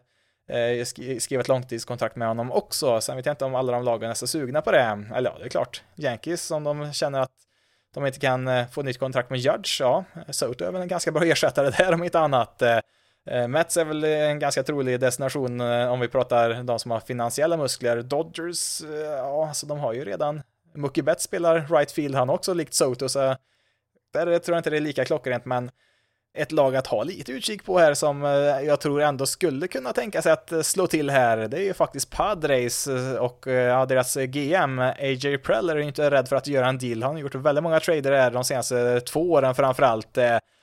A: skriva ett långtidskontrakt med honom också. Sen vet jag inte om alla de lagen är så sugna på det. Eller ja, det är klart. Yankees, om de känner att de inte kan få nytt kontrakt med Judge, ja, Soto är väl en ganska bra ersättare där om inte annat. Mets är väl en ganska trolig destination om vi pratar de som har finansiella muskler. Dodgers, ja, alltså de har ju redan Mookie Betts spelar right field han också, likt Soto, så där tror jag inte det är lika klockrent, men ett lag att ha lite utkik på här som jag tror ändå skulle kunna tänka sig att slå till här, det är ju faktiskt Padres, och ja, deras GM AJ Preller är inte rädd för att göra en deal. Han har gjort väldigt många trader här de senaste 2 åren framförallt.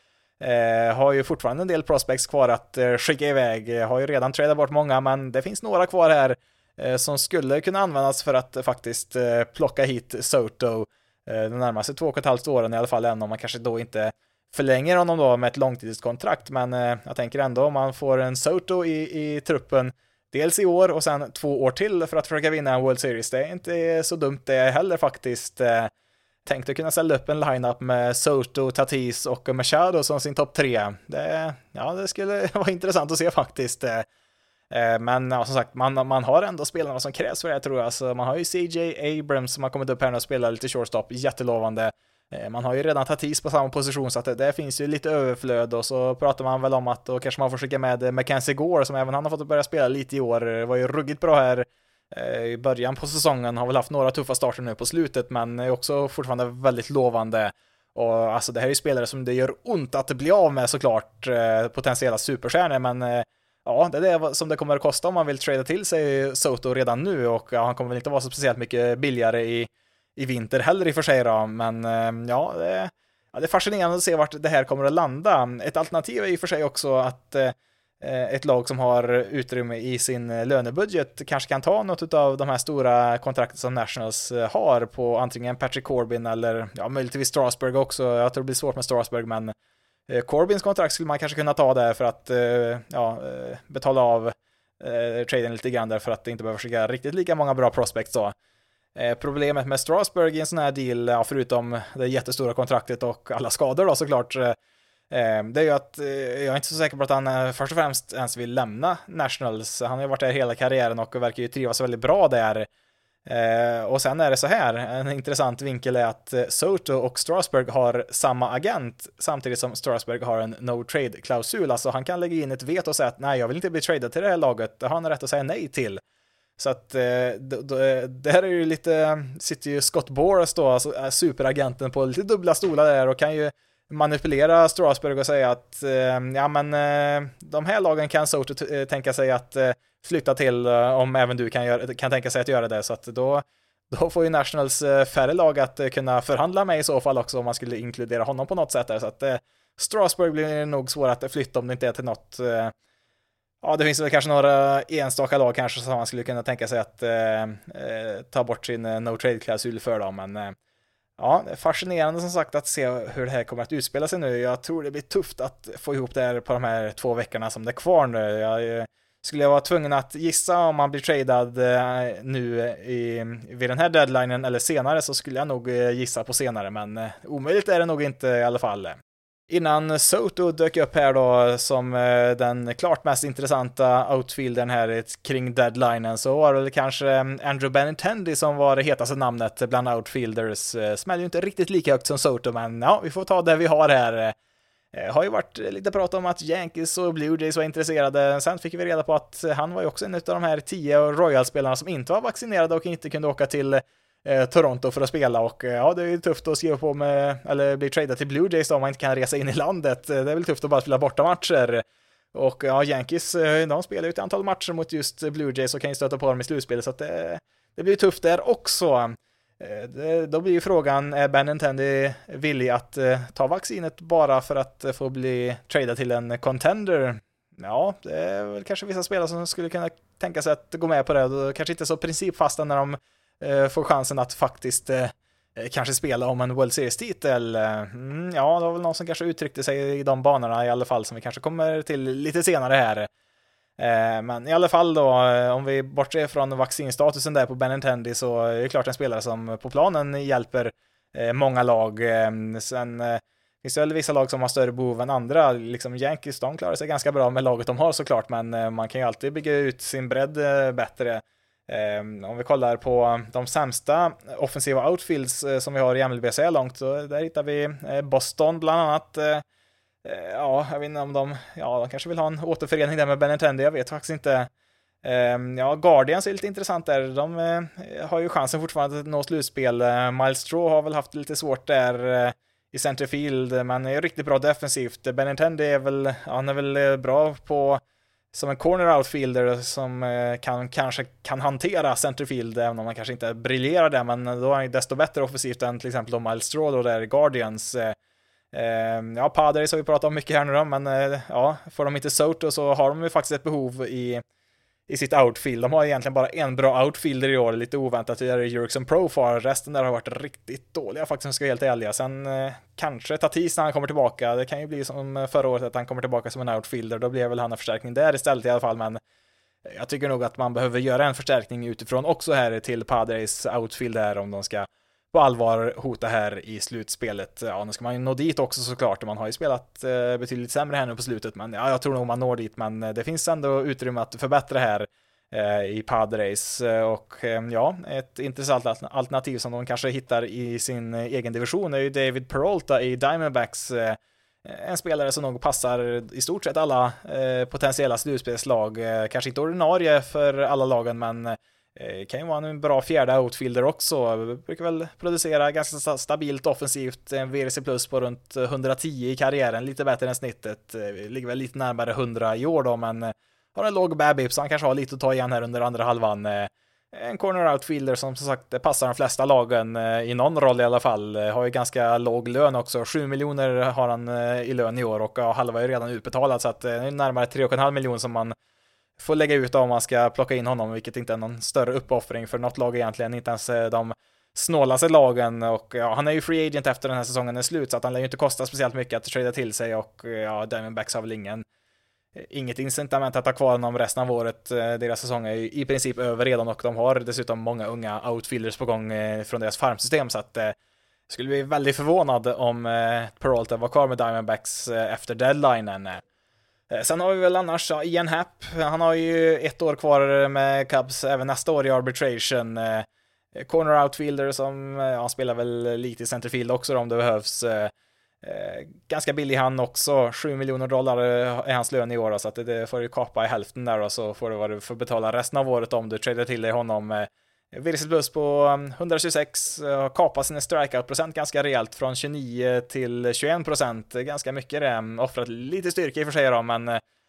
A: Har ju fortfarande en del prospects kvar att skicka iväg, har ju redan tradat bort många, men det finns några kvar här som skulle kunna användas för att faktiskt plocka hit Soto de närmaste 2,5 åren i alla fall, än om man kanske då inte förlänger honom då med ett långtidskontrakt. Men jag tänker ändå om man får en Soto i truppen dels i år och sen 2 år till för att försöka vinna en World Series, det är inte så dumt det heller faktiskt. Tänkte kunna ställa upp en lineup med Soto, Tatis och Machado som sin topp 3. Det skulle vara intressant att se faktiskt. Men ja, som sagt, man har ändå spelarna som krävs för det, tror jag. Alltså, man har ju CJ Abrams som har kommit upp här och spelar lite shortstop, jättelovande. Man har ju redan Tatis på samma position, så att det finns ju lite överflöd, och så pratar man väl om att då kanske man får skicka med Mackenzie Gore, som även han har fått börja spela lite i år. Det var ju ruggigt bra här i början på säsongen, har väl haft några tuffa starter nu på slutet, men är också fortfarande väldigt lovande. Och alltså det här är ju spelare som det gör ont att bli av med, såklart, potentiella superstjärnor, men ja, det är det som det kommer att kosta om man vill trada till sig Soto redan nu, och ja, han kommer väl inte vara så speciellt mycket billigare i vinter heller i och för sig då, men ja, det är fascinerande att se vart det här kommer att landa. Ett alternativ är i och för sig också att ett lag som har utrymme i sin lönebudget kanske kan ta något av de här stora kontrakten som Nationals har på antingen Patrick Corbin eller ja, möjligtvis Strasburg också. Jag tror det blir svårt med Strasburg, men Corbins kontrakt skulle man kanske kunna ta där för att betala av traden lite grann där, för att det inte behöver skicka riktigt lika många bra prospects då. Problemet med Strasburg i en sån här deal, ja, förutom det jättestora kontraktet och alla skador då såklart, det är ju att jag är inte så säker på att han först och främst ens vill lämna Nationals. Han har ju varit där hela karriären och verkar ju trivas väldigt bra där. Och sen är det så här, en intressant vinkel är att Soto och Strasburg har samma agent, samtidigt som Strasburg har en no-trade-klausul. Alltså han kan lägga in ett veto och säga att nej, jag vill inte bli tradad till det här laget. Det har han rätt att säga nej till. Så att där är ju lite, sitter ju Scott Boras då, alltså superagenten, på lite dubbla stolar där, och kan ju manipulera Strasburg och säga att de här lagen kan Soto tänka sig att flytta till om även du kan tänka sig att göra det. Så att då får ju Nationals färre lag att kunna förhandla med i så fall också, om man skulle inkludera honom på något sätt där. Så att Strasburg blir nog svårt att flytta om det inte är till något. Ja, det finns väl kanske några enstaka lag kanske som man skulle kunna tänka sig att ta bort sin no-trade-klausul för dem, men ja, det är fascinerande som sagt att se hur det här kommer att utspela sig nu. Jag tror det blir tufft att få ihop det här på de här 2 veckorna som det är kvar nu. Jag skulle jag vara tvungen att gissa om man blir tradad nu vid den här deadlinen eller senare, så skulle jag nog gissa på senare, men omöjligt är det nog inte i alla fall. Innan Soto dök upp här då som den klart mest intressanta outfieldern här kring deadlinen, så var det väl kanske Andrew Benintendi som var det hetaste namnet bland outfielders. Smäller ju inte riktigt lika högt som Soto, men ja, vi får ta det vi har här. Har ju varit lite prat om att Yankees och Blue Jays var intresserade. Sen fick vi reda på att han var ju också en av de här 10 Royals-spelarna som inte var vaccinerade och inte kunde åka till Toronto för att spela, och ja, det är ju tufft att skriva på med, eller bli tradad till Blue Jays då, om man inte kan resa in i landet. Det är väl tufft att bara spela borta matcher. Och ja, Yankees, de spelar ju ett antal matcher mot just Blue Jays och kan ju stöta på dem i slutspelet, så att det blir tufft där också. Då blir ju frågan, är Benintendi villig att ta vaccinet bara för att få bli tradad till en contender? Ja, det är väl kanske vissa spelare som skulle kunna tänka sig att gå med på det, och kanske inte så principfasta när de får chansen att faktiskt kanske spela om en World Series-titel. Ja, det var väl någon som kanske uttryckte sig i de banorna i alla fall, som vi kanske kommer till lite senare här. Men i alla fall då, om vi bortser från vaccinstatusen där på Benintendi, så är det klart en spelare som på planen hjälper många lag. Sen finns det väl vissa lag som har större behov än andra. Liksom Yankees, de klarar sig ganska bra med laget de har såklart, men man kan ju alltid bygga ut sin bredd bättre. Om vi kollar på de sämsta offensiva outfields som vi har i MLB så långt, så där hittar vi Boston bland annat. Ja, jag vet inte om de kanske vill ha en återförening där med Benintendi, jag vet faktiskt inte. Ja, Guardians är lite intressant där. De har ju chansen fortfarande att nå slutspel. Miles Straw har väl haft lite svårt där i centerfield, men är riktigt bra defensivt. Benintendi är väl bra på som en corner outfielder som kanske kan hantera centerfield, även om man kanske inte briljerar där, men då är han desto bättre offensivt än till exempel Miles Straw då där i Guardians. Ja, Padres har vi pratat om mycket här nu då, men ja, får de inte Soto så har de ju faktiskt ett behov i sitt outfield. De har egentligen bara en bra outfielder i år, lite oväntat, det är Jurickson Profar. Resten där har varit riktigt dåliga faktiskt, om jag ska vara helt ärliga. Sen kanske Tatis när han kommer tillbaka, det kan ju bli som förra året att han kommer tillbaka som en outfielder, då blir väl han en förstärkning där istället i alla fall, men jag tycker nog att man behöver göra en förstärkning utifrån också här till Padres outfield där, om de ska på allvar hota här i slutspelet. Ja, nu ska man ju nå dit också såklart, och man har ju spelat betydligt sämre här nu på slutet, men ja, jag tror nog man når dit, men det finns ändå utrymme att förbättra här i Padres, och ja, ett intressant alternativ som de kanske hittar i sin egen division är ju David Peralta i Diamondbacks, en spelare som nog passar i stort sett alla potentiella slutspelslag, kanske inte ordinarie för alla lagen, men kan ju vara en bra fjärde outfielder också. Brukar väl producera ganska stabilt offensivt, en VRC plus på runt 110 i karriären, lite bättre än snittet. Ligger väl lite närmare 100 i år då, men har en låg BABIP, så han kanske har lite att ta igen här under andra halvan. En corner outfielder som sagt passar de flesta lagen i någon roll i alla fall. Har ju ganska låg lön också, 7 miljoner har han i lön i år, och halva är ju redan utbetalat, så att det är närmare 3,5 miljoner som man får lägga ut om man ska plocka in honom, vilket inte är någon större uppoffring för något lag egentligen, inte ens de snålaste lagen. Och ja, han är ju free agent efter den här säsongen är slut, så att han lär ju inte kosta speciellt mycket att trada till sig, och ja, Diamondbacks har väl inget incitament att ha kvar honom resten av året. Deras säsong är ju i princip över redan, och de har dessutom många unga outfielders på gång från deras farmsystem, så att skulle bli väldigt förvånad om Peralta var kvar med Diamondbacks efter deadlinen. Sen har vi väl annars Ian Happ, han har ju ett år kvar med Cubs, även nästa år i arbitration. Corner outfielder som han spelar väl lite i centerfield också om det behövs. Ganska billig han också, 7 miljoner dollar är hans lön i år, så att det får du kapa i hälften där, och så får du vad du får betala resten av året om du tradar till dig honom. VRC plus på 126, kapat sin strikeout-procent ganska rejält från 29 till 21%, ganska mycket det, offrat lite styrka i och för sig då, men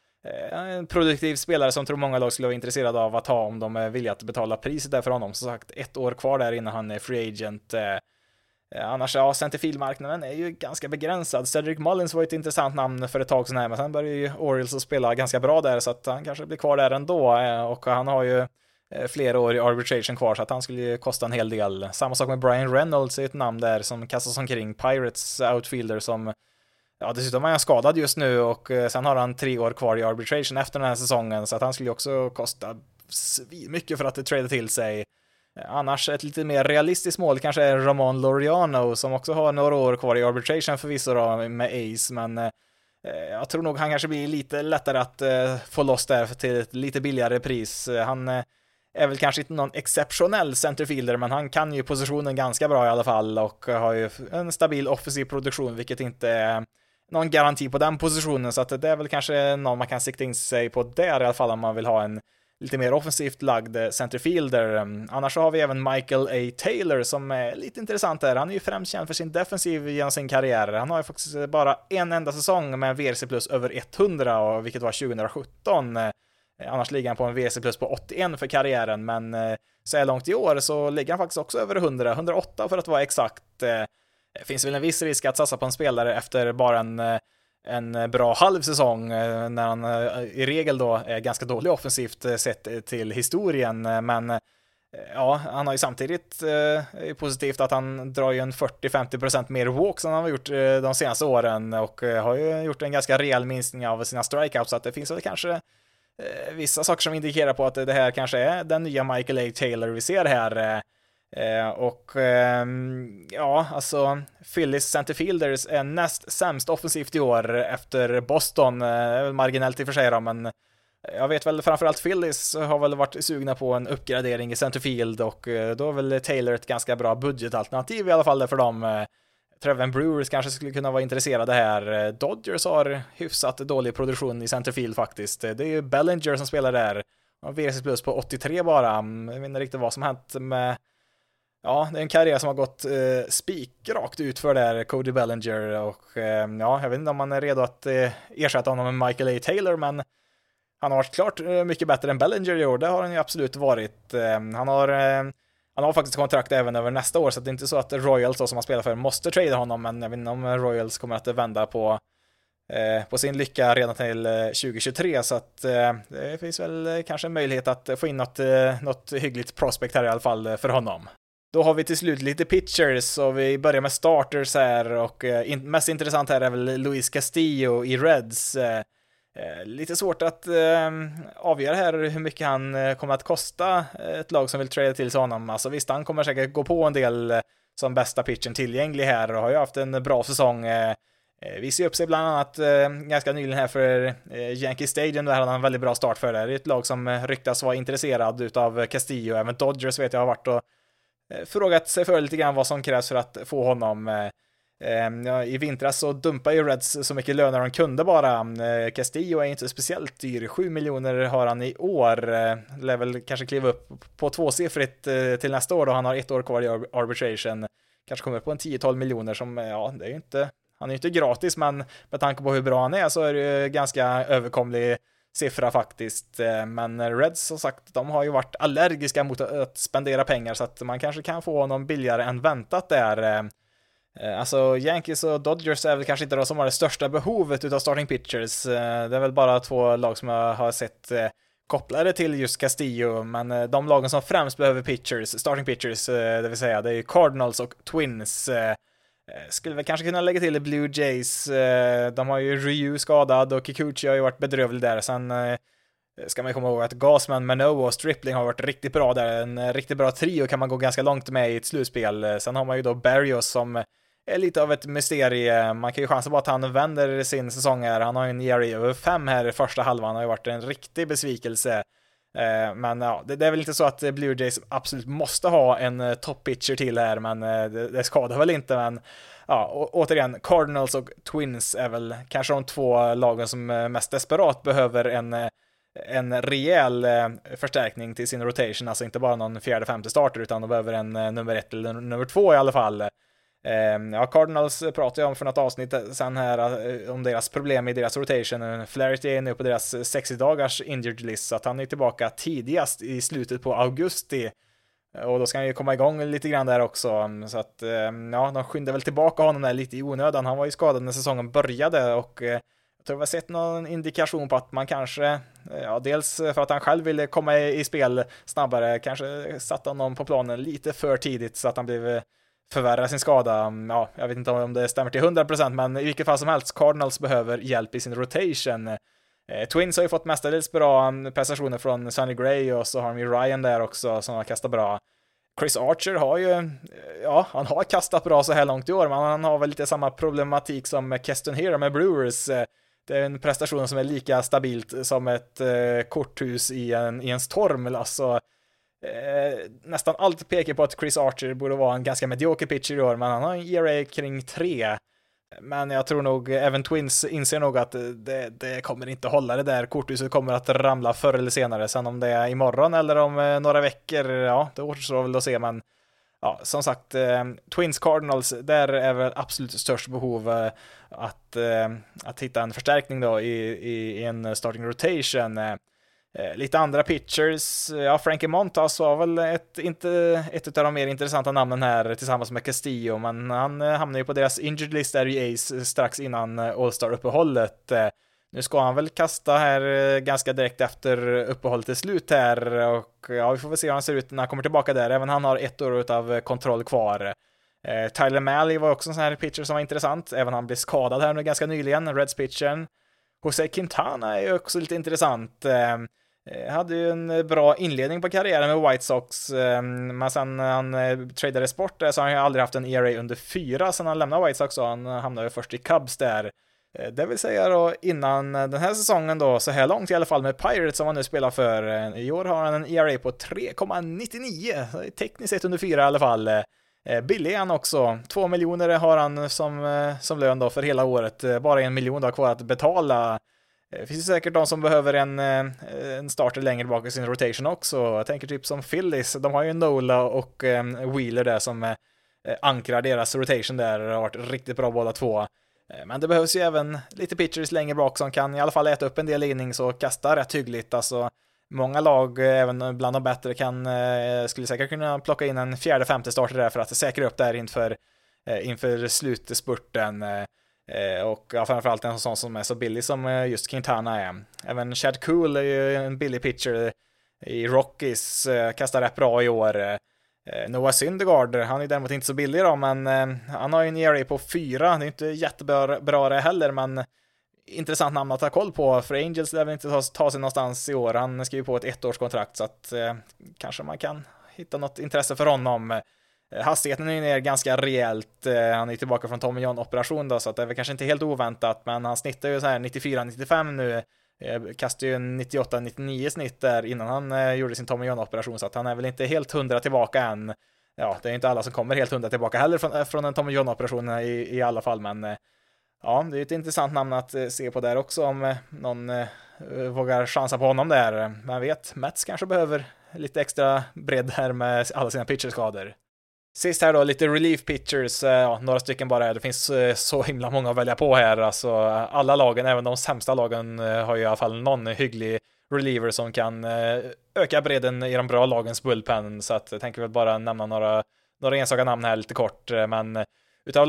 A: en produktiv spelare som tror många lag skulle vara intresserade av att ha om de är villiga att betala priset där för honom. Som sagt, ett år kvar där innan han är free agent. Annars, ja, centerfieldmarknaden är ju ganska begränsad. Cedric Mullins var ett intressant namn för ett tag sedan här, men sen börjar ju Orioles att spela ganska bra där, så att han kanske blir kvar där ändå, och han har ju flera år i arbitration kvar, så att han skulle ju kosta en hel del. Samma sak med Brian Reynolds, är ett namn där som kastas omkring, Pirates outfielder som Ja, dessutom är han skadad just nu och sen har han 3 år kvar i arbitration efter den här säsongen, så att han skulle ju också kosta mycket för att trada till sig. Annars ett lite mer realistiskt mål kanske är Ramon Laureano, som också har några år kvar i arbitration förvisso då, med Ace, men jag tror nog han kanske blir lite lättare att få loss där till ett lite billigare pris. Han är väl kanske inte någon exceptionell centerfielder, men han kan ju positionen ganska bra i alla fall och har ju en stabil offensiv produktion, vilket inte är någon garanti på den positionen, så att det är väl kanske någon man kan sikta in sig på där i alla fall om man vill ha en lite mer offensivt lagd centerfielder. Annars så har vi även Michael A. Taylor som är lite intressant där. Han är ju främst känd för sin defensiv genom sin karriär. Han har ju faktiskt bara en enda säsong med en VRC plus över 100, och vilket var 2017. Annars ligger han på en VRC plus på 81 för karriären, men så här långt i år så ligger han faktiskt också över 108 för att vara exakt. Det finns väl en viss risk att satsa på en spelare efter bara en bra halv säsong, när han i regel då är ganska dålig offensivt sett till historien, men ja, han har ju samtidigt positivt att han drar ju en 40-50% mer walks än han har gjort de senaste åren, och har ju gjort en ganska rejäl minskning av sina strikeouts, så att det finns väl kanske vissa saker som indikerar på att det här kanske är den nya Michael A. Taylor vi ser här. Ja, alltså Phillies centerfielders är näst sämst offensivt i år efter Boston, marginellt i och för sig då, men jag vet väl framförallt Phillies har väl varit sugna på en uppgradering i centerfield, och då är väl Taylor ett ganska bra budgetalternativ i alla fall för dem. Trevor Brewers kanske skulle kunna vara intresserade här. Dodgers har hyfsat dålig produktion i centerfield faktiskt. Det är ju Bellinger som spelar där. VRC plus på 83 bara. Jag vet inte riktigt vad som hänt med... Ja, det är en karriär som har gått spikrakt ut för där, Cody Bellinger, och ja, jag vet inte om man är redo att ersätta honom med Michael A. Taylor, men han har varit klart mycket bättre än Bellinger i år, det har han ju absolut varit. Han har faktiskt kontrakt även över nästa år, så det är inte så att Royals då, som han spelar för, måste trada honom, men jag vet inte om Royals kommer att vända på sin lycka redan till 2023, så att det finns väl kanske en möjlighet att få in något hyggligt prospect här i alla fall för honom. Då har vi till slut lite pitchers, och vi börjar med starters här, och mest intressant här är väl Luis Castillo i Reds. Lite svårt att avgöra här hur mycket han kommer att kosta ett lag som vill trada till sig honom. Alltså visst, han kommer säkert gå på en del som bästa pitchen tillgänglig här, och har ju haft en bra säsong. Visar upp sig bland annat ganska nyligen här för Yankee Stadium, där hade han en väldigt bra start för det. Det är ett lag som ryktas vara intresserad utav Castillo. Även Dodgers vet jag har varit och frågat sig för lite grann vad som krävs för att få honom. I vintras så dumpar ju Reds så mycket löner de kunde bara. Castillo är inte speciellt dyr, 7 miljoner har han i år. Lär väl kanske kliva upp på tvåsiffrigt till nästa år då han har 1 år kvar i arbitration. Kanske kommer på en 10-12 miljoner som, ja, det är ju inte, han är ju inte gratis, men med tanke på hur bra han är så är det ju ganska överkomlig siffra faktiskt. Men Reds, som sagt, de har ju varit allergiska mot att spendera pengar, så att man kanske kan få honom billigare än väntat där. Alltså Yankees och Dodgers är väl kanske inte de som har det största behovet utav starting pitchers. Det är väl bara 2 lag som jag har sett kopplade till just Castillo, men de lagen som främst behöver pitchers, starting pitchers, det vill säga, det är ju Cardinals och Twins. Skulle väl kanske kunna lägga till Blue Jays. De har ju Ryu skadad och Kikuchi har ju varit bedrövlig där. Sen ska man komma ihåg att Gausman, Manoah och Stripling har varit riktigt bra där. En riktigt bra trio kan man gå ganska långt med i ett slutspel. Sen har man ju då Barrios som är lite av ett mysterie. Man kan ju chansa på att han vänder sin säsong här. Han har ju en ERA över 5 här i första halvan. Han har ju varit en riktig besvikelse. Men ja, det är väl inte så att Blue Jays absolut måste ha en top-pitcher till här, men det skadar väl inte. Men ja, återigen, Cardinals och Twins är väl kanske de 2 lagen som mest desperat behöver en rejäl förstärkning till sin rotation, alltså inte bara någon 4-5 starter, utan de behöver en nummer 1 eller nummer 2 i alla fall. Ja, Cardinals pratade jag om för något avsnitt sen här om deras problem i deras rotation. Flaherty är nu på deras 60 dagars injured list, så att han är tillbaka tidigast i slutet på augusti, och då ska han ju komma igång lite grann där också, så att ja, de skyndar väl tillbaka honom där lite i onödan. Han var ju skadad när säsongen började, och jag tror vi har sett någon indikation på att man kanske, ja, dels för att han själv ville komma i spel snabbare, kanske satte honom på planen lite för tidigt så att han blev förvärra sin skada. Ja, jag vet inte om det stämmer till 100%, men i vilket fall som helst, Cardinals behöver hjälp i sin rotation. Twins har ju fått mestadels bra prestationer från Sonny Gray, och så har de ju Ryan där också som har kastat bra. Chris Archer har ju, ja, han har kastat bra så här långt i år, men han har väl lite samma problematik som Keston Hiura med Brewers. Det är en prestation som är lika stabilt som ett korthus i en storm. Alltså, nästan allt pekar på att Chris Archer borde vara en ganska medioker pitcher i år, men han har en ERA kring 3. Men jag tror nog även Twins inser nog att det kommer inte hålla det där. Korthuset kommer att ramla förr eller senare. Sen om det är imorgon eller om några veckor, ja, det återstår väl att se. Men ja, som sagt, Twins Cardinals, där är väl absolut störst behov att hitta en förstärkning då i en starting rotation. Lite andra pitchers, ja, Frankie Montas var väl inte ett av de mer intressanta namnen här tillsammans med Castillo, men han hamnar ju på deras injured list där i Ace strax innan All-Star-uppehållet. Nu ska han väl kasta här ganska direkt efter uppehållet är slut här, och ja, vi får väl se hur han ser ut när han kommer tillbaka där. Även han har 1 år av kontroll kvar. Tyler Mahle var också en sån här pitcher som var intressant, även han blev skadad här nu ganska nyligen, Reds pitchen. Jose Quintana är ju också lite intressant. Hade ju en bra inledning på karriären med White Sox, men sen han tradades bort så har han ju aldrig haft en ERA under 4 sen han lämnade White Sox, och han hamnade ju först i Cubs där. Det vill säga då innan den här säsongen då, så här långt i alla fall med Pirates som han nu spelar för. I år har han en ERA på 3,99, tekniskt sett under 4 i alla fall. Billig är han också, 2 miljoner har han som lön då för hela året, bara 1 miljon då kvar att betala. Det finns säkert de som behöver en starter längre bak i sin rotation också. Jag tänker typ som Phillies, de har ju Nola och Wheeler där som ankrar deras rotation där, det har varit riktigt bra båda två. Men det behövs ju även lite pitchers längre bak som kan i alla fall äta upp en del innings och kasta rätt hyggligt. Alltså, många lag, även bland de bättre, skulle säkert kunna plocka in en 4:e-5:e starter där för att säkra upp där inför slutspurten. Och ja, framförallt en sån som är så billig som just Quintana är. Även Chad Kuhl är ju en billig pitcher i Rockies, kastar rätt bra i år. Noah Syndergaard, han är däremot inte så billig då, men han har ju en ERA på 4. Det är inte jättebra det heller, men intressant namn att ta koll på. För Angels lär väl inte ta sig någonstans i år. Han skriver på ett 1-årskontrakt, så att kanske man kan hitta något intresse för honom. Hastigheten är ner ganska rejält. Han är tillbaka från Tommy John-operation då, så att det är väl kanske inte helt oväntat, men han snittar ju så här 94-95 nu. Kastade ju 98-99 snitt där innan han gjorde sin Tommy John-operation, så att han är väl inte helt 100 tillbaka än. Ja, det är inte alla som kommer helt 100 tillbaka heller från en Tommy John-operation i alla fall, men ja, det är ett intressant namn att se på där också, om någon vågar chansa på honom där. Man vet, Mets kanske behöver lite extra bredd här med alla sina pitcherskador. Sist här då, lite relief pitchers, några stycken bara. Det finns så himla många att välja på här. Alltså, alla lagen, även de sämsta lagen, har ju i alla fall någon hygglig reliever som kan öka bredden i de bra lagens bullpen. Så att jag tänker väl bara nämna några enstaka namn här lite kort. Men utav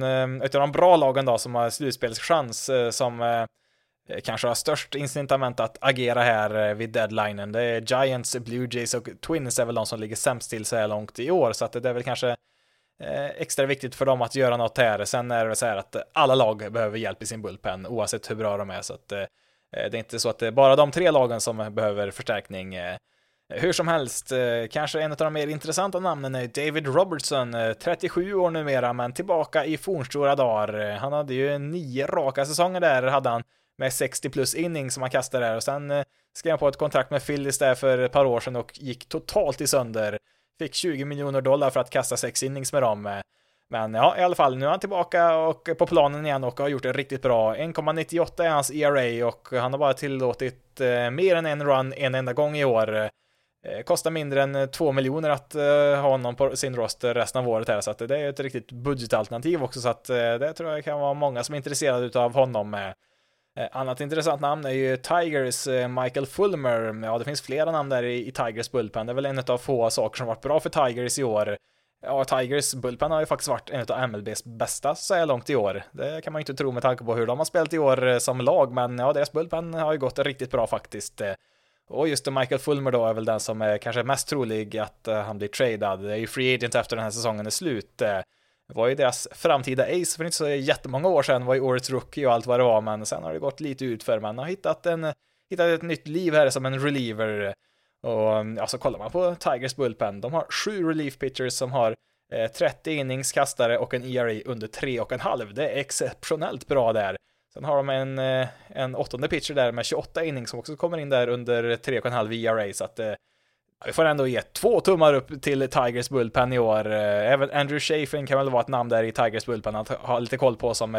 A: de bra lagen då, som har slutspelschans, som kanske har störst incitament att agera här vid deadlinen, det är Giants, Blue Jays och Twins är väl de som ligger sämst till så här långt i år, så att det är väl kanske extra viktigt för dem att göra något här. Sen är det väl så här att alla lag behöver hjälp i sin bullpen oavsett hur bra de är, så att det är inte så att det är bara de 3 lagen som behöver förstärkning. Hur som helst, kanske en av de mer intressanta namnen är David Robertson, 37 år numera, men tillbaka i fornstora dagar. Han hade ju 9 raka säsonger där, hade han, med 60 plus inning som han kastade där, och sen skrev han på ett kontrakt med Phillies där för ett par år sedan och gick totalt i sönder. Fick $20 miljoner för att kasta 6 innings med dem. Men ja, i alla fall, nu är han tillbaka och på planen igen och har gjort det riktigt bra. 1,98 är hans ERA och han har bara tillåtit mer än en run en enda gång i år. Kostar mindre än 2 miljoner att ha honom på sin roster resten av året här, så att det är ett riktigt budgetalternativ också, så att det tror jag kan vara många som är intresserade av honom. Annat intressant namn är ju Tigers Michael Fulmer. Ja, det finns flera namn där i Tigers bullpen. Det är väl en av få saker som varit bra för Tigers i år. Ja, Tigers bullpen har ju faktiskt varit en av MLBs bästa så här långt i år. Det kan man ju inte tro med tanke på hur de har spelat i år som lag, men ja, deras bullpen har ju gått riktigt bra faktiskt. Och just Michael Fulmer då är väl den som är kanske mest trolig att han blir tradad. Det är ju free agent efter den här säsongen är slut. Det var ju deras framtida ace för inte så jättemånga år sedan, var ju årets rookie och allt vad det var, men sen har det gått lite ut för man har hittat ett nytt liv här som en reliever. Och alltså kollar man på Tigers bullpen, de har 7 relief pitchers som har 30 innings kastare och en ERA under 3,5. Det är exceptionellt bra där. Sen har de en 8:e pitcher där med 28 innings som också kommer in där under 3,5 ERA, så att vi får ändå ge 2 tummar upp till Tigers bullpen i år. Även Andrew Chafin kan väl vara ett namn där i Tigers bullpen att ha lite koll på som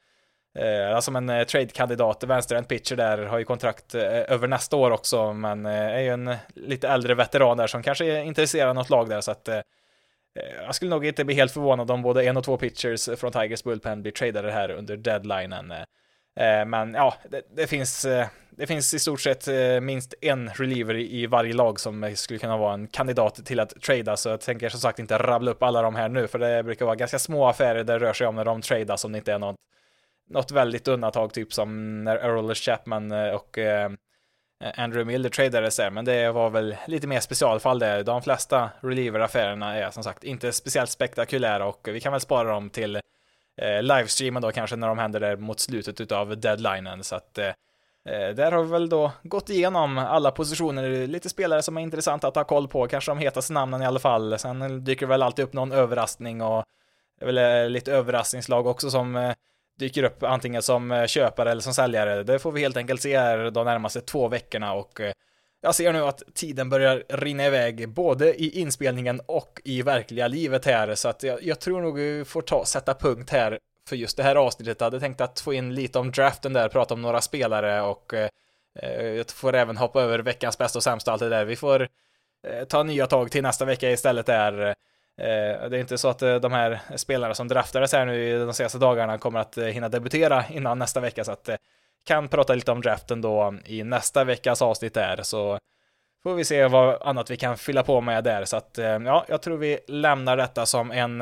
A: en trade-kandidat. Vänsterhänt pitcher där har ju kontrakt över nästa år också, men är ju en lite äldre veteran där som kanske är intresserad av något lag där, så att jag skulle nog inte bli helt förvånad om både 1 och 2 pitchers från Tigers bullpen blir tradade här under deadlinen. Men ja, det finns i stort sett minst en reliever i varje lag som skulle kunna vara en kandidat till att trada, så jag tänker som sagt inte rabbla upp alla de här nu, för det brukar vara ganska små affärer det rör sig om när de tradas, om det inte är något väldigt undantag, typ som när Aroldis Chapman och Andrew Miller tradades där, men det var väl lite mer specialfall där. De flesta reliever-affärerna är som sagt inte speciellt spektakulära, och vi kan väl spara dem till livestreamen då kanske när de händer där mot slutet utav deadlinen, så att där har vi väl då gått igenom alla positioner, lite spelare som är intressanta att ha koll på, kanske de hetaste namnen i alla fall. Sen dyker väl alltid upp någon överraskning, och det är väl lite överraskningslag också som dyker upp antingen som köpare eller som säljare. Det får vi helt enkelt se här de närmaste 2 veckorna, och jag ser nu att tiden börjar rinna iväg både i inspelningen och i verkliga livet här, så att jag tror nog vi får sätta punkt här för just det här avsnittet. Jag hade tänkt att få in lite om draften där, prata om några spelare, och jag får även hoppa över veckans bästa och sämsta och allt det där. Vi får ta nya tag till nästa vecka istället där. Det är inte så att de här spelarna som draftades här nu i de senaste dagarna kommer att hinna debutera innan nästa vecka, så att kan prata lite om draften då i nästa veckas avsnitt där, så får vi se vad annat vi kan fylla på med där. Så att ja, jag tror vi lämnar detta som en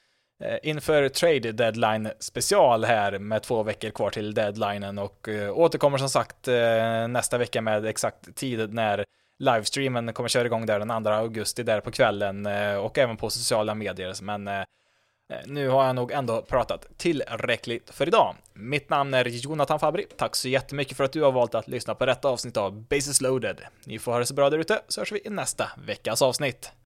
A: inför trade deadline special här med 2 veckor kvar till deadlinen, och återkommer som sagt nästa vecka med exakt tid när livestreamen kommer köra igång där den 2 augusti där på kvällen, och även på sociala medier. Men nu har jag nog ändå pratat tillräckligt för idag. Mitt namn är Jonathan Fabri. Tack så jättemycket för att du har valt att lyssna på detta avsnitt av Bases Loaded. Ni får ha det så bra där ute, så hörs vi i nästa veckas avsnitt.